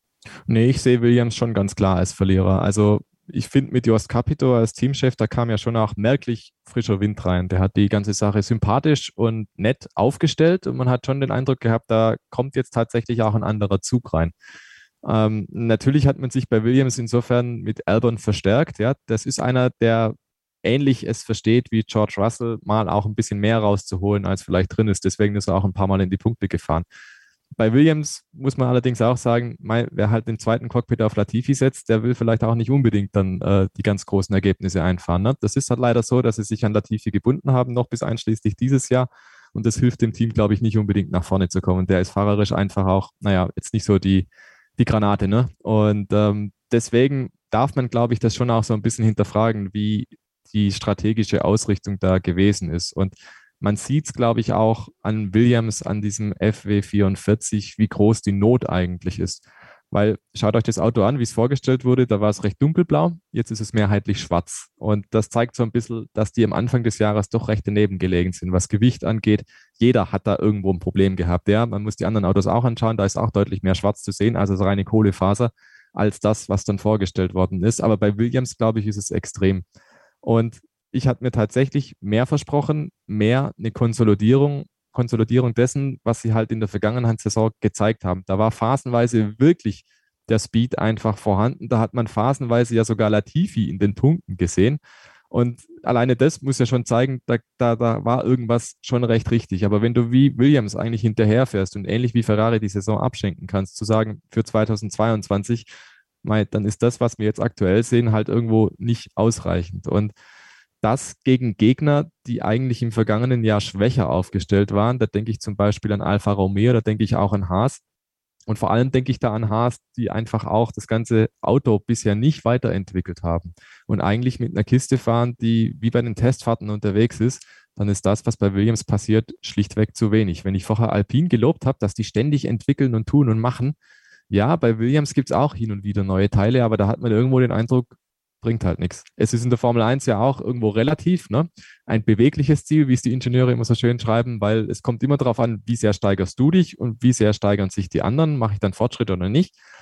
Nee, ich sehe Williams schon ganz klar als Verlierer. Also ich finde mit Jost Capito als Teamchef, da kam ja schon auch merklich frischer Wind rein. Der hat die ganze Sache sympathisch und nett aufgestellt und man hat schon den Eindruck gehabt, da kommt jetzt tatsächlich auch ein anderer Zug rein. Ähm, natürlich hat man sich bei Williams insofern mit Albon verstärkt. Ja, das ist einer, der ähnlich es versteht wie George Russell, mal auch ein bisschen mehr rauszuholen, als vielleicht drin ist. Deswegen ist er auch ein paar Mal in die Punkte gefahren. Bei Williams muss man allerdings auch sagen, wer halt den zweiten Cockpit auf Latifi setzt, der will vielleicht auch nicht unbedingt dann äh, die ganz großen Ergebnisse einfahren. Ne? Das ist halt leider so, dass sie sich an Latifi gebunden haben, noch bis einschließlich dieses Jahr. Und das hilft dem Team, glaube ich, nicht unbedingt nach vorne zu kommen. Der ist fahrerisch einfach auch, naja, jetzt nicht so die die Granate, ne? Und ähm, deswegen darf man, glaube ich, das schon auch so ein bisschen hinterfragen, wie die strategische Ausrichtung da gewesen ist. Und man sieht es, glaube ich, auch an Williams, an diesem F W vierundvierzig, wie groß die Not eigentlich ist. Weil schaut euch das Auto an, wie es vorgestellt wurde, da war es recht dunkelblau, jetzt ist es mehrheitlich schwarz. Und das zeigt so ein bisschen, dass die am Anfang des Jahres doch recht daneben gelegen sind, was Gewicht angeht. Jeder hat da irgendwo ein Problem gehabt. Ja, man muss die anderen Autos auch anschauen, da ist auch deutlich mehr schwarz zu sehen, also reine Kohlefaser, als das, was dann vorgestellt worden ist. Aber bei Williams, glaube ich, ist es extrem. Und ich hatte mir tatsächlich mehr versprochen, mehr eine Konsolidierung, Konsolidierung dessen, was sie halt in der vergangenen Saison gezeigt haben. Da war phasenweise wirklich der Speed einfach vorhanden. Da hat man phasenweise ja sogar Latifi in den Punkten gesehen. Und alleine das muss ja schon zeigen, da, da, da war irgendwas schon recht richtig. Aber wenn du wie Williams eigentlich hinterherfährst und ähnlich wie Ferrari die Saison abschenken kannst, zu sagen, für zwanzig zweiundzwanzig, dann ist das, was wir jetzt aktuell sehen, halt irgendwo nicht ausreichend. Und das gegen Gegner, die eigentlich im vergangenen Jahr schwächer aufgestellt waren. Da denke ich zum Beispiel an Alfa Romeo, da denke ich auch an Haas. Und vor allem denke ich da an Haas, die einfach auch das ganze Auto bisher nicht weiterentwickelt haben und eigentlich mit einer Kiste fahren, die wie bei den Testfahrten unterwegs ist. Dann ist das, was bei Williams passiert, schlichtweg zu wenig. Wenn ich vorher Alpine gelobt habe, dass die ständig entwickeln und tun und machen, ja, bei Williams gibt es auch hin und wieder neue Teile, aber da hat man irgendwo den Eindruck, bringt halt nichts. Es ist in der Formel eins ja auch irgendwo relativ, ne? Ein bewegliches Ziel, wie es die Ingenieure immer so schön schreiben, weil es kommt immer darauf an, wie sehr steigerst du dich und wie sehr steigern sich die anderen, mache ich dann Fortschritt oder nicht.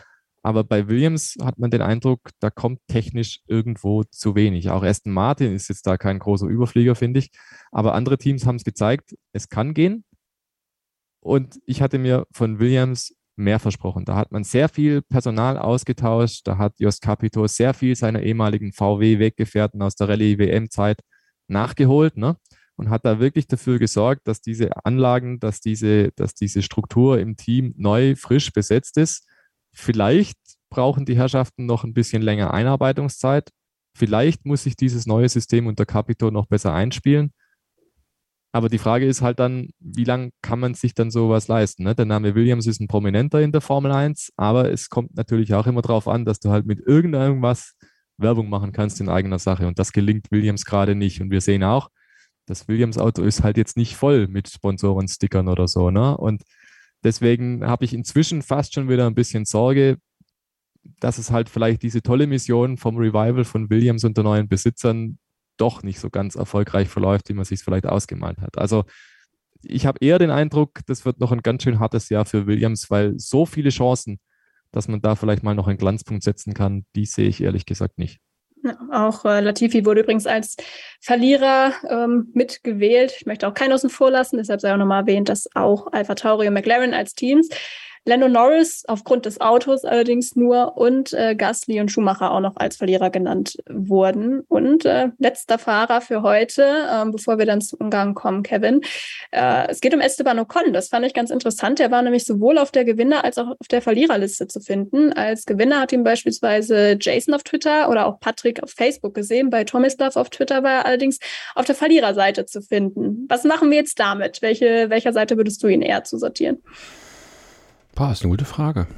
Aber bei Williams hat man den Eindruck, da kommt technisch irgendwo zu wenig. Auch Aston Martin ist jetzt da kein großer Überflieger, finde ich. Aber andere Teams haben es gezeigt, es kann gehen. Und ich hatte mir von Williams mehr versprochen. Da hat man sehr viel Personal ausgetauscht. Da hat Jost Capito sehr viel seiner ehemaligen V W-Weggefährten aus der Rallye-W M-Zeit nachgeholt, ne? Und hat da wirklich dafür gesorgt, dass diese Anlagen, dass diese, dass diese Struktur im Team neu, frisch besetzt ist. Vielleicht brauchen die Herrschaften noch ein bisschen länger Einarbeitungszeit. Vielleicht muss sich dieses neue System unter Capito noch besser einspielen. Aber die Frage ist halt dann, wie lange kann man sich dann sowas leisten? Ne? Der Name Williams ist ein Prominenter in der Formel eins, aber es kommt natürlich auch immer darauf an, dass du halt mit irgendwas Werbung machen kannst in eigener Sache. Und das gelingt Williams gerade nicht. Und wir sehen auch, das Williams-Auto ist halt jetzt nicht voll mit Sponsoren-Stickern oder so. Ne? Und deswegen habe ich inzwischen fast schon wieder ein bisschen Sorge, dass es halt vielleicht diese tolle Mission vom Revival von Williams unter neuen Besitzern doch nicht so ganz erfolgreich verläuft, wie man sich es vielleicht ausgemalt hat. Also ich habe eher den Eindruck, das wird noch ein ganz schön hartes Jahr für Williams, weil so viele Chancen, dass man da vielleicht mal noch einen Glanzpunkt setzen kann, die sehe ich ehrlich gesagt nicht. Ja, auch äh, Latifi wurde übrigens als Verlierer ähm, mitgewählt. Ich möchte auch keinen außen vor lassen, deshalb sei auch nochmal erwähnt, dass auch AlphaTauri und McLaren als Teams, Lando Norris aufgrund des Autos allerdings nur und äh, Gasly und Schumacher auch noch als Verlierer genannt wurden. Und äh, letzter Fahrer für heute, äh, bevor wir dann zu Ungarn kommen, Kevin. Äh, es geht um Esteban Ocon. Das fand ich ganz interessant. Der war nämlich sowohl auf der Gewinner- als auch auf der Verliererliste zu finden. Als Gewinner hat ihn beispielsweise Jason auf Twitter oder auch Patrick auf Facebook gesehen. Bei Tomislav auf Twitter war er allerdings auf der Verliererseite zu finden. Was machen wir jetzt damit? Welche, welcher Seite würdest du ihn eher zusortieren? Boah, ist eine gute Frage.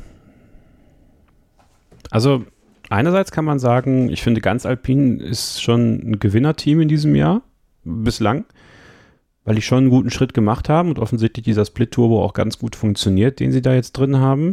Also einerseits kann man sagen, ich finde, ganz Alpine ist schon ein Gewinnerteam in diesem Jahr, bislang, weil die schon einen guten Schritt gemacht haben und offensichtlich dieser Split-Turbo auch ganz gut funktioniert, den sie da jetzt drin haben.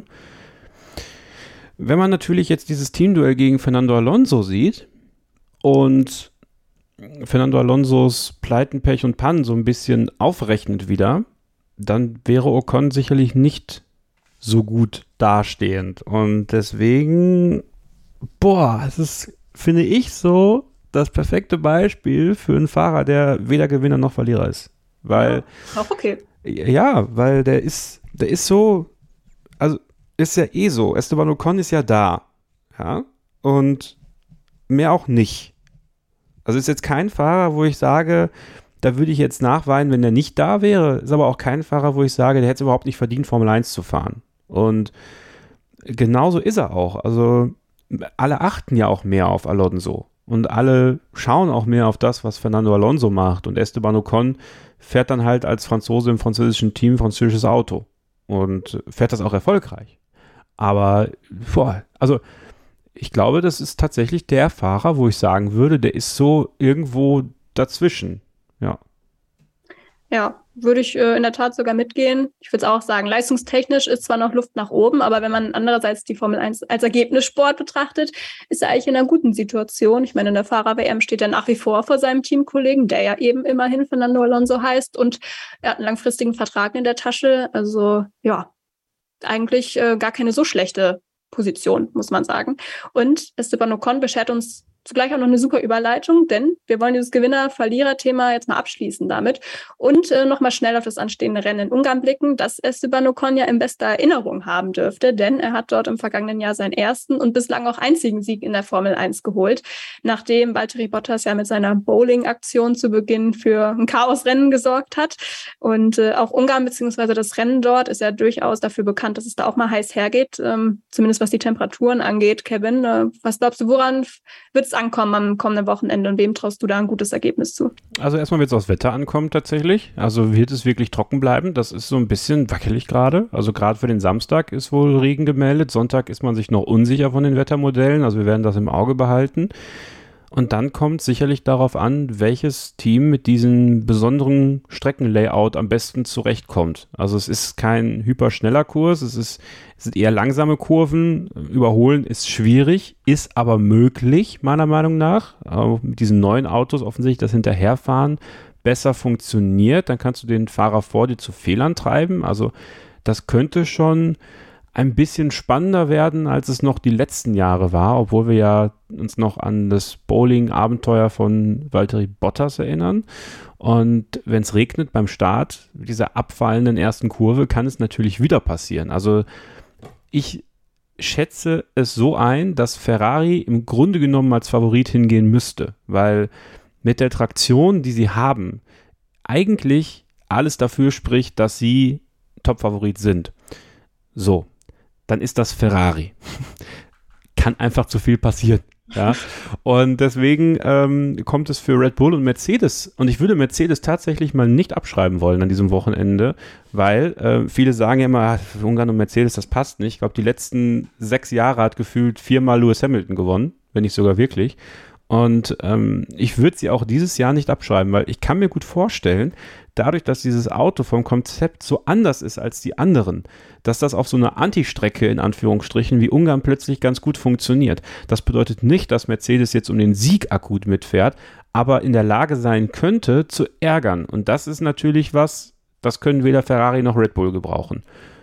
Wenn man natürlich jetzt dieses Teamduell gegen Fernando Alonso sieht und Fernando Alonsos Pleiten, Pech und Pannen so ein bisschen aufrechnet wieder, dann wäre Ocon sicherlich nicht so gut dastehend. Und deswegen, boah, es ist, finde ich, so das perfekte Beispiel für einen Fahrer, der weder Gewinner noch Verlierer ist. Weil, ja, auch okay. Ja, weil der ist, der ist so, also ist ja eh so. Esteban Ocon ist ja da. Ja, und mehr auch nicht. Also ist jetzt kein Fahrer, wo ich sage, da würde ich jetzt nachweinen, wenn der nicht da wäre. Ist aber auch kein Fahrer, wo ich sage, der hätte es überhaupt nicht verdient, Formel eins zu fahren. Und genauso ist er auch. Also alle achten ja auch mehr auf Alonso. Und alle schauen auch mehr auf das, was Fernando Alonso macht. Und Esteban Ocon fährt dann halt als Franzose im französischen Team französisches Auto. Und fährt das auch erfolgreich. Aber, boah, also ich glaube, das ist tatsächlich der Fahrer, wo ich sagen würde, der ist so irgendwo dazwischen. Ja. Ja, würde ich äh, in der Tat sogar mitgehen. Ich würde es auch sagen, leistungstechnisch ist zwar noch Luft nach oben, aber wenn man andererseits die Formel eins als Ergebnissport betrachtet, ist er eigentlich in einer guten Situation. Ich meine, in der Fahrer-W M steht er nach wie vor vor seinem Teamkollegen, der ja eben immerhin Fernando Alonso heißt, und er hat einen langfristigen Vertrag in der Tasche. Also ja, eigentlich äh, gar keine so schlechte Position, muss man sagen. Und Esteban Ocon beschert uns zugleich auch noch eine super Überleitung, denn wir wollen dieses Gewinner-Verlierer-Thema jetzt mal abschließen damit und äh, nochmal schnell auf das anstehende Rennen in Ungarn blicken, das Esteban Ocon ja in bester Erinnerung haben dürfte, denn er hat dort im vergangenen Jahr seinen ersten und bislang auch einzigen Sieg in der Formel eins geholt, nachdem Valtteri Bottas ja mit seiner Bowling-Aktion zu Beginn für ein Chaosrennen gesorgt hat. Und äh, auch Ungarn bzw. das Rennen dort ist ja durchaus dafür bekannt, dass es da auch mal heiß hergeht, ähm, zumindest was die Temperaturen angeht. Kevin, äh, was glaubst du, woran wird es ankommen am kommenden Wochenende und wem traust du da ein gutes Ergebnis zu? Also erstmal wird es aufs Wetter ankommen tatsächlich. Also wird es wirklich trocken bleiben. Das ist so ein bisschen wackelig gerade. Also gerade für den Samstag ist wohl Regen gemeldet. Sonntag ist man sich noch unsicher von den Wettermodellen. Also wir werden das im Auge behalten. Und dann kommt sicherlich darauf an, welches Team mit diesem besonderen Streckenlayout am besten zurechtkommt. Also es ist kein hyperschneller Kurs, es, ist, es sind eher langsame Kurven. Überholen ist schwierig, ist aber möglich, meiner Meinung nach. Auch mit diesen neuen Autos offensichtlich das Hinterherfahren besser funktioniert. Dann kannst du den Fahrer vor dir zu Fehlern treiben. Also das könnte schon ein bisschen spannender werden, als es noch die letzten Jahre war, obwohl wir ja uns noch an das Bowling-Abenteuer von Valtteri Bottas erinnern. Und wenn es regnet beim Start dieser abfallenden ersten Kurve, kann es natürlich wieder passieren. Also ich schätze es so ein, dass Ferrari im Grunde genommen als Favorit hingehen müsste, weil mit der Traktion, die sie haben, eigentlich alles dafür spricht, dass sie Top-Favorit sind. So, dann ist das Ferrari. Kann einfach zu viel passieren. Ja? Und deswegen ähm, kommt es für Red Bull und Mercedes, und ich würde Mercedes tatsächlich mal nicht abschreiben wollen an diesem Wochenende, weil äh, viele sagen ja immer, Ungarn und Mercedes, das passt nicht. Ich glaube, die letzten sechs Jahre hat gefühlt viermal Lewis Hamilton gewonnen, wenn nicht sogar wirklich. Und ähm, ich würde sie auch dieses Jahr nicht abschreiben, weil ich kann mir gut vorstellen, dadurch, dass dieses Auto vom Konzept so anders ist als die anderen, dass das auf so einer Anti-Strecke in Anführungsstrichen wie Ungarn plötzlich ganz gut funktioniert. Das bedeutet nicht, dass Mercedes jetzt um den Sieg akut mitfährt, aber in der Lage sein könnte, zu ärgern. Und das ist natürlich was, das können weder Ferrari noch Red Bull gebrauchen.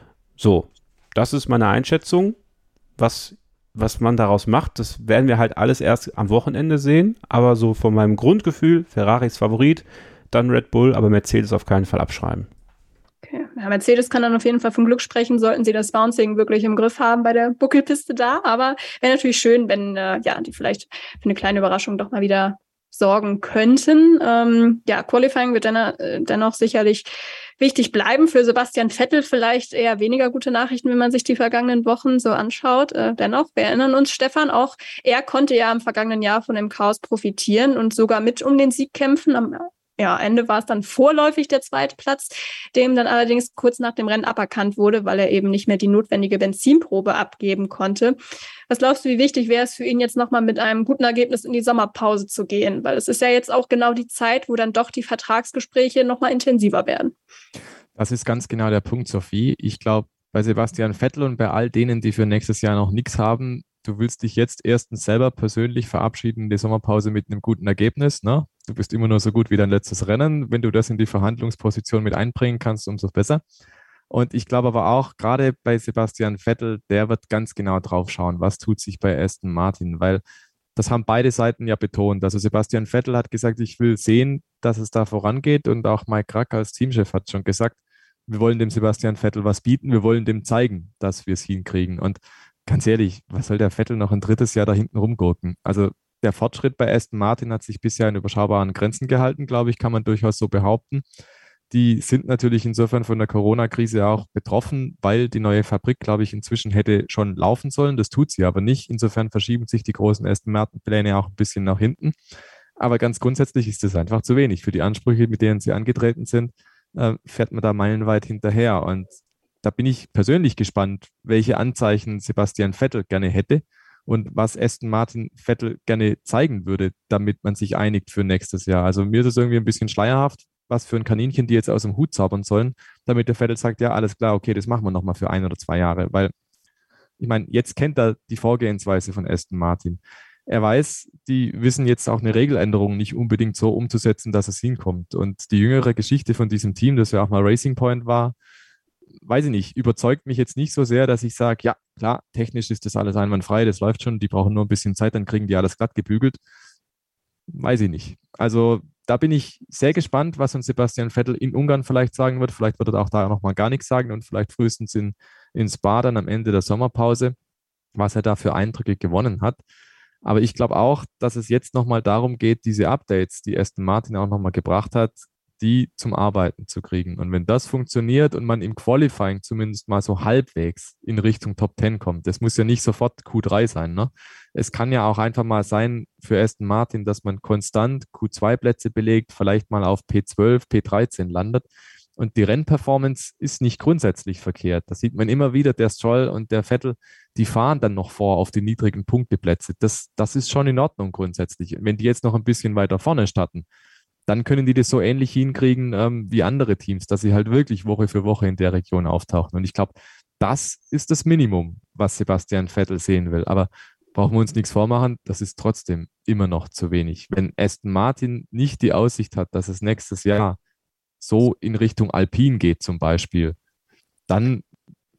So, das ist meine Einschätzung. Was Was man daraus macht, das werden wir halt alles erst am Wochenende sehen, aber so von meinem Grundgefühl, Ferraris Favorit, dann Red Bull, aber Mercedes auf keinen Fall abschreiben. Okay. Ja, Mercedes kann dann auf jeden Fall vom Glück sprechen, sollten sie das Bouncing wirklich im Griff haben bei der Buckelpiste da, aber wäre natürlich schön, wenn äh, ja die vielleicht für eine kleine Überraschung doch mal wieder sorgen könnten. Ähm, ja, Qualifying wird dennoch, äh, dennoch sicherlich wichtig bleiben. Für Sebastian Vettel vielleicht eher weniger gute Nachrichten, wenn man sich die vergangenen Wochen so anschaut. Äh, dennoch, wir erinnern uns, Stefan, auch er konnte ja im vergangenen Jahr von dem Chaos profitieren und sogar mit um den Sieg kämpfen. Am ja, Ende war es dann vorläufig der zweite Platz, dem dann allerdings kurz nach dem Rennen aberkannt wurde, weil er eben nicht mehr die notwendige Benzinprobe abgeben konnte. Was glaubst du, wie wichtig wäre es für ihn jetzt nochmal mit einem guten Ergebnis in die Sommerpause zu gehen? Weil es ist ja jetzt auch genau die Zeit, wo dann doch die Vertragsgespräche nochmal intensiver werden. Das ist ganz genau der Punkt, Sophie. Ich glaube, bei Sebastian Vettel und bei all denen, die für nächstes Jahr noch nichts haben, du willst dich jetzt erstens selber persönlich verabschieden in die Sommerpause mit einem guten Ergebnis, ne? Du bist immer nur so gut wie dein letztes Rennen. Wenn du das in die Verhandlungsposition mit einbringen kannst, umso besser. Und ich glaube aber auch, gerade bei Sebastian Vettel, der wird ganz genau drauf schauen, was tut sich bei Aston Martin, weil das haben beide Seiten ja betont. Also Sebastian Vettel hat gesagt, ich will sehen, dass es da vorangeht, und auch Mike Krack als Teamchef hat schon gesagt, wir wollen dem Sebastian Vettel was bieten, wir wollen dem zeigen, dass wir es hinkriegen. Und ganz ehrlich, was soll der Vettel noch ein drittes Jahr da hinten rumgurken? Also der Fortschritt bei Aston Martin hat sich bisher in überschaubaren Grenzen gehalten, glaube ich, kann man durchaus so behaupten. Die sind natürlich insofern von der Corona-Krise auch betroffen, weil die neue Fabrik, glaube ich, inzwischen hätte schon laufen sollen. Das tut sie aber nicht. Insofern verschieben sich die großen Aston Martin-Pläne auch ein bisschen nach hinten. Aber ganz grundsätzlich ist es einfach zu wenig. Für die Ansprüche, mit denen sie angetreten sind, äh, fährt man da meilenweit hinterher. Und da bin ich persönlich gespannt, welche Anzeichen Sebastian Vettel gerne hätte und was Aston Martin Vettel gerne zeigen würde, damit man sich einigt für nächstes Jahr. Also mir ist es irgendwie ein bisschen schleierhaft, was für ein Kaninchen die jetzt aus dem Hut zaubern sollen, damit der Vettel sagt, ja, alles klar, okay, das machen wir nochmal für ein oder zwei Jahre. Weil, ich meine, jetzt kennt er die Vorgehensweise von Aston Martin. Er weiß, die wissen jetzt auch eine Regeländerung nicht unbedingt so umzusetzen, dass es hinkommt. Und die jüngere Geschichte von diesem Team, das ja auch mal Racing Point war, weiß ich nicht, überzeugt mich jetzt nicht so sehr, dass ich sage, ja, klar, technisch ist das alles einwandfrei, das läuft schon, die brauchen nur ein bisschen Zeit, dann kriegen die alles glatt gebügelt. Weiß ich nicht. Also da bin ich sehr gespannt, was uns Sebastian Vettel in Ungarn vielleicht sagen wird. Vielleicht wird er auch da nochmal gar nichts sagen und vielleicht frühestens in, in Spa dann am Ende der Sommerpause, was er da für Eindrücke gewonnen hat. Aber ich glaube auch, dass es jetzt nochmal darum geht, diese Updates, die Aston Martin auch nochmal gebracht hat, die zum Arbeiten zu kriegen. Und wenn das funktioniert und man im Qualifying zumindest mal so halbwegs in Richtung Top zehn kommt, das muss ja nicht sofort Q drei sein, ne? Es kann ja auch einfach mal sein für Aston Martin, dass man konstant Q zwei Plätze belegt, vielleicht mal auf P zwölf, P dreizehn landet. Und die Rennperformance ist nicht grundsätzlich verkehrt. Das sieht man immer wieder, der Stroll und der Vettel, die fahren dann noch vor auf die niedrigen Punkteplätze. Das, das ist schon in Ordnung grundsätzlich. Wenn die jetzt noch ein bisschen weiter vorne starten, dann können die das so ähnlich hinkriegen ähm, wie andere Teams, dass sie halt wirklich Woche für Woche in der Region auftauchen. Und ich glaube, das ist das Minimum, was Sebastian Vettel sehen will. Aber brauchen wir uns nichts vormachen, das ist trotzdem immer noch zu wenig. Wenn Aston Martin nicht die Aussicht hat, dass es nächstes Jahr so in Richtung Alpine geht zum Beispiel, dann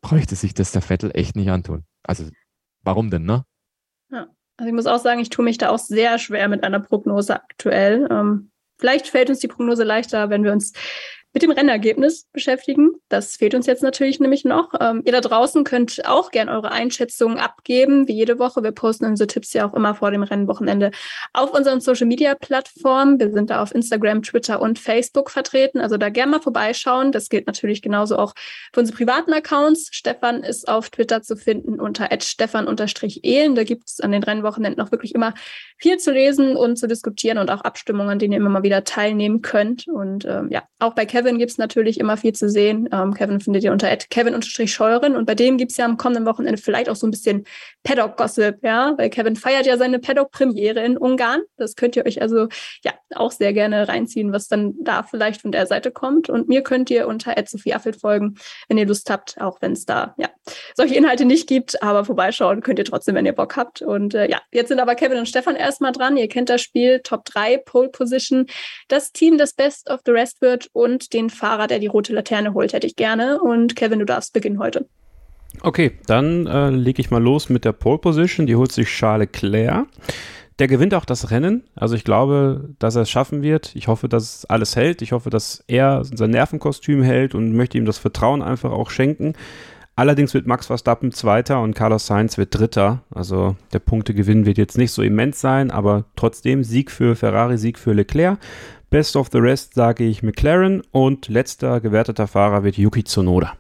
bräuchte sich das der Vettel echt nicht antun. Also, warum denn, ne? Ja, also ich muss auch sagen, ich tue mich da auch sehr schwer mit einer Prognose aktuell. Ähm, vielleicht fällt uns die Prognose leichter, wenn wir uns mit dem Rennergebnis beschäftigen. Das fehlt uns jetzt natürlich nämlich noch. Ähm, ihr da draußen könnt auch gerne eure Einschätzungen abgeben, wie jede Woche. Wir posten unsere Tipps ja auch immer vor dem Rennwochenende auf unseren Social-Media-Plattformen. Wir sind da auf Instagram, Twitter und Facebook vertreten. Also da gerne mal vorbeischauen. Das gilt natürlich genauso auch für unsere privaten Accounts. Stefan ist auf Twitter zu finden unter at stefan ehlen. Da gibt es an den Rennwochenenden noch wirklich immer viel zu lesen und zu diskutieren und auch Abstimmungen, an denen ihr immer mal wieder teilnehmen könnt. Und ähm, ja, auch bei Kevin gibt es natürlich immer viel zu sehen. Ähm, Kevin findet ihr unter at kevin-scheuren und bei dem gibt es ja am kommenden Wochenende vielleicht auch so ein bisschen Paddock-Gossip, ja, weil Kevin feiert ja seine Paddock-Premiere in Ungarn. Das könnt ihr euch also ja auch sehr gerne reinziehen, was dann da vielleicht von der Seite kommt. Und mir könnt ihr unter at sophie affelt folgen, wenn ihr Lust habt, auch wenn es da ja solche Inhalte nicht gibt, aber vorbeischauen könnt ihr trotzdem, wenn ihr Bock habt. Und äh, ja, jetzt sind aber Kevin und Stefan erstmal dran. Ihr kennt das Spiel, Top drei, Pole Position. Das Team, das Best of the Rest wird und den Fahrer, der die rote Laterne holt, hätte ich gerne. Und Kevin, du darfst beginnen heute. Okay, dann äh, lege ich mal los mit der Pole Position. Die holt sich Charles Leclerc. Der gewinnt auch das Rennen. Also ich glaube, dass er es schaffen wird. Ich hoffe, dass alles hält. Ich hoffe, dass er sein Nervenkostüm hält und möchte ihm das Vertrauen einfach auch schenken. Allerdings wird Max Verstappen Zweiter und Carlos Sainz wird Dritter. Also der Punktegewinn wird jetzt nicht so immens sein, aber trotzdem Sieg für Ferrari, Sieg für Leclerc. Best of the Rest sage ich McLaren und letzter gewerteter Fahrer wird Yuki Tsunoda.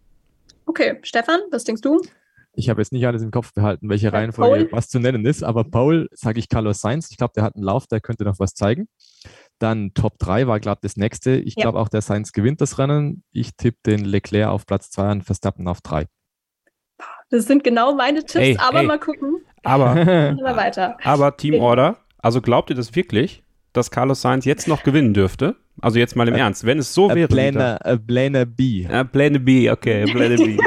Okay, Stefan, was denkst du? Ich habe jetzt nicht alles im Kopf behalten, welche Reihenfolge was zu nennen ist, aber Pole sage ich Carlos Sainz. Ich glaube, der hat einen Lauf, der könnte noch was zeigen. Dann Top drei war, glaube ich, das nächste. Ich ja. glaube auch, der Sainz gewinnt das Rennen. Ich tippe den Leclerc auf Platz zwei und Verstappen auf drei. Das sind genau meine Tipps, hey, aber hey. mal gucken. Aber, mal weiter. aber Teamorder, also glaubt ihr das wirklich, dass Carlos Sainz jetzt noch gewinnen dürfte? Also jetzt mal im uh, Ernst, wenn es so wäre. Pläne, uh, Pläne B. Uh, Pläne B, okay, Pläne B.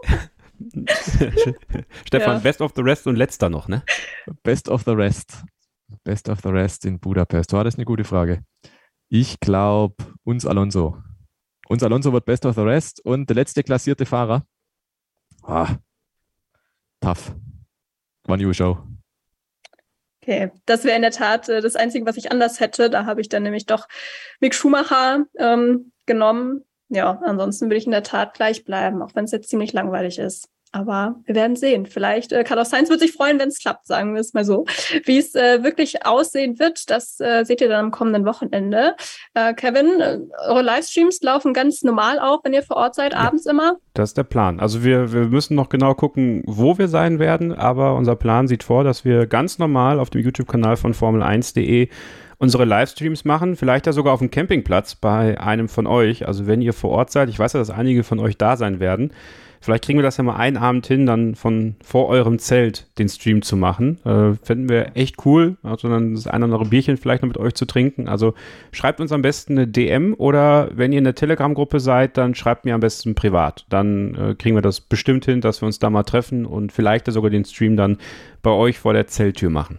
Stefan, ja. Best of the Rest und letzter noch, ne? Best of the Rest. Best of the Rest in Budapest. War das eine gute Frage? Ich glaube, uns Alonso. Uns Alonso wird Best of the Rest und der letzte klassierte Fahrer. Ah, tough. One you show. Okay, das wäre in der Tat äh, das Einzige, was ich anders hätte. Da habe ich dann nämlich doch Mick Schumacher ähm, genommen. Ja, ansonsten würde ich in der Tat gleich bleiben, auch wenn es jetzt ziemlich langweilig ist. Aber wir werden sehen. Vielleicht, äh, Carlos Sainz wird sich freuen, wenn es klappt, sagen wir es mal so. Wie es äh, wirklich aussehen wird, das äh, seht ihr dann am kommenden Wochenende. Äh, Kevin, äh, eure Livestreams laufen ganz normal auch, wenn ihr vor Ort seid, ja, abends immer? Das ist der Plan. Also wir, wir müssen noch genau gucken, wo wir sein werden, aber unser Plan sieht vor, dass wir ganz normal auf dem YouTube-Kanal von Formel eins punkt de unsere Livestreams machen, vielleicht ja sogar auf dem Campingplatz bei einem von euch. Also wenn ihr vor Ort seid, ich weiß ja, dass einige von euch da sein werden, vielleicht kriegen wir das ja mal einen Abend hin, dann von vor eurem Zelt den Stream zu machen. Äh, fänden wir echt cool, also dann das ein oder andere Bierchen vielleicht noch mit euch zu trinken. Also schreibt uns am besten eine D M oder wenn ihr in der Telegram-Gruppe seid, dann schreibt mir am besten privat. Dann äh, kriegen wir das bestimmt hin, dass wir uns da mal treffen und vielleicht sogar den Stream dann bei euch vor der Zelttür machen.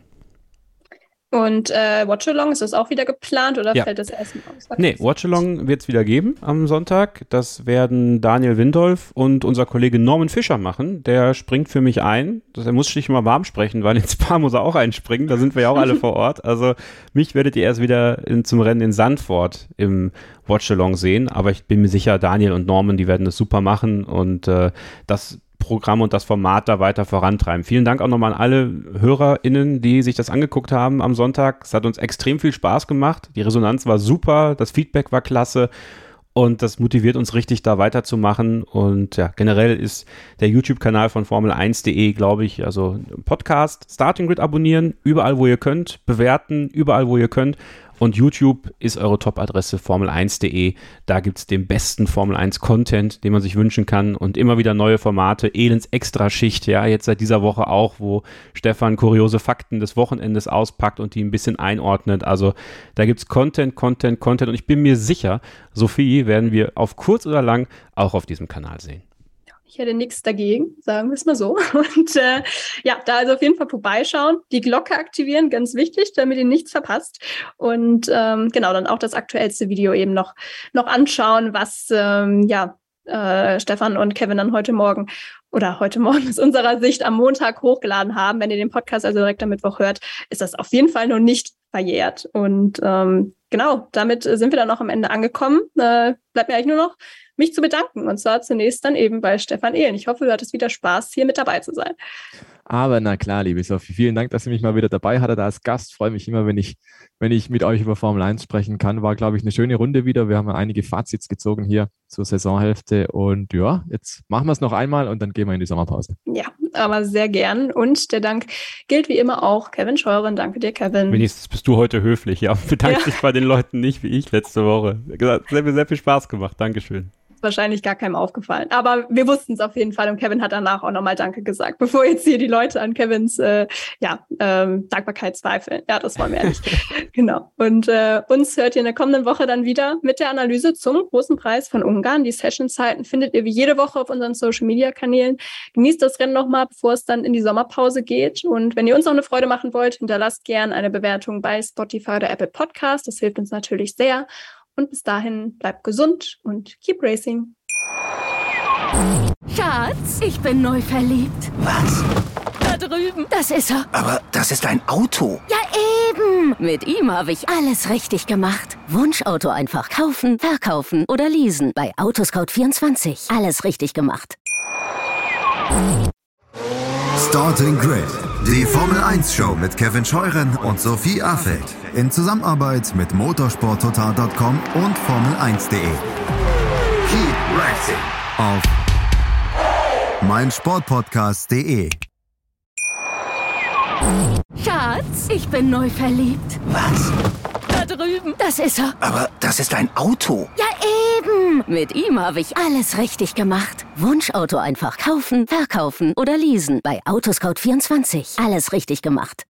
Und äh, Watchalong, ist das auch wieder geplant oder ja. fällt das erstmal aus? Nee, Watchalong wird es wieder geben am Sonntag. Das werden Daniel Windolf und unser Kollege Norman Fischer machen. Der springt für mich ein. Er muss sich mal warm sprechen, weil in Spa muss er auch einspringen. Da sind wir ja auch alle vor Ort. Also mich werdet ihr erst wieder in, zum Rennen in Sandford im Watchalong sehen. Aber ich bin mir sicher, Daniel und Norman, die werden das super machen und äh, das Programm und das Format da weiter vorantreiben. Vielen Dank auch nochmal an alle HörerInnen, die sich das angeguckt haben am Sonntag. Es hat uns extrem viel Spaß gemacht. Die Resonanz war super, das Feedback war klasse und das motiviert uns richtig, da weiterzumachen. Und ja, generell ist der YouTube-Kanal von Formel eins punkt de, glaube ich, also Podcast, Starting Grid abonnieren, überall, wo ihr könnt, bewerten, überall, wo ihr könnt. Und YouTube ist eure Top-Adresse Formel eins punkt de. Da gibt es den besten Formel eins Content, den man sich wünschen kann und immer wieder neue Formate. Elends Extraschicht, ja, jetzt seit dieser Woche auch, wo Stefan kuriose Fakten des Wochenendes auspackt und die ein bisschen einordnet. Also da gibt es Content, Content, Content und ich bin mir sicher, Sophie werden wir auf kurz oder lang auch auf diesem Kanal sehen. Ich hätte nichts dagegen, sagen wir es mal so. Und äh, ja, da also auf jeden Fall vorbeischauen, die Glocke aktivieren, ganz wichtig, damit ihr nichts verpasst. Und ähm, genau, dann auch das aktuellste Video eben noch, noch anschauen, was ähm, ja äh, Stefan und Kevin dann heute Morgen oder heute Morgen aus unserer Sicht am Montag hochgeladen haben, wenn ihr den Podcast also direkt am Mittwoch hört, ist das auf jeden Fall noch nicht verjährt. Und ähm, genau, damit sind wir dann auch am Ende angekommen. Äh, bleibt mir eigentlich nur noch, mich zu bedanken. Und zwar zunächst dann eben bei Stefan Ehlen. Ich hoffe, du hattest wieder Spaß, hier mit dabei zu sein. Aber na klar, liebe Sophie, vielen Dank, dass ihr mich mal wieder dabei hattet als Gast. Freue mich immer, wenn ich, wenn ich mit euch über Formel eins sprechen kann. War, glaube ich, eine schöne Runde wieder. Wir haben einige Fazits gezogen hier zur Saisonhälfte. Und ja, jetzt machen wir es noch einmal und dann gehen wir in die Sommerpause. Ja, aber sehr gern. Und der Dank gilt wie immer auch Kevin Scheuren. Danke dir, Kevin. Wenigstens bist du heute höflich, ja. Bedanke ja. dich bei den Leuten nicht wie ich letzte Woche. Sehr, sehr viel Spaß gemacht. Dankeschön. Wahrscheinlich gar keinem aufgefallen. Aber wir wussten es auf jeden Fall und Kevin hat danach auch nochmal Danke gesagt, bevor jetzt hier die Leute an Kevins äh, ja, ähm, Dankbarkeit zweifeln. Ja, das wollen wir ja nicht. Genau. Und äh, uns hört ihr in der kommenden Woche dann wieder mit der Analyse zum Großen Preis von Ungarn. Die Sessionzeiten findet ihr wie jede Woche auf unseren Social-Media-Kanälen. Genießt das Rennen nochmal, bevor es dann in die Sommerpause geht. Und wenn ihr uns noch eine Freude machen wollt, hinterlasst gern eine Bewertung bei Spotify oder Apple Podcast. Das hilft uns natürlich sehr. Und bis dahin, bleibt gesund und keep racing. Schatz, ich bin neu verliebt. Was? Da drüben. Das ist er. Aber das ist ein Auto. Ja, eben. Mit ihm habe ich alles richtig gemacht. Wunschauto einfach kaufen, verkaufen oder leasen. Bei Autoscout vierundzwanzig. Alles richtig gemacht. Starting Grid, die Formel eins Show mit Kevin Scheuren und Sophie Affelt. In Zusammenarbeit mit motorsport total punkt com und formel eins punkt de. Keep racing auf meinsportpodcast punkt de. Schatz, ich bin neu verliebt. Was? Da drüben. Das ist er. Aber das ist ein Auto. Ja, eben. Mit ihm habe ich alles richtig gemacht. Wunschauto einfach kaufen, verkaufen oder leasen. Bei Autoscout vierundzwanzig. Alles richtig gemacht.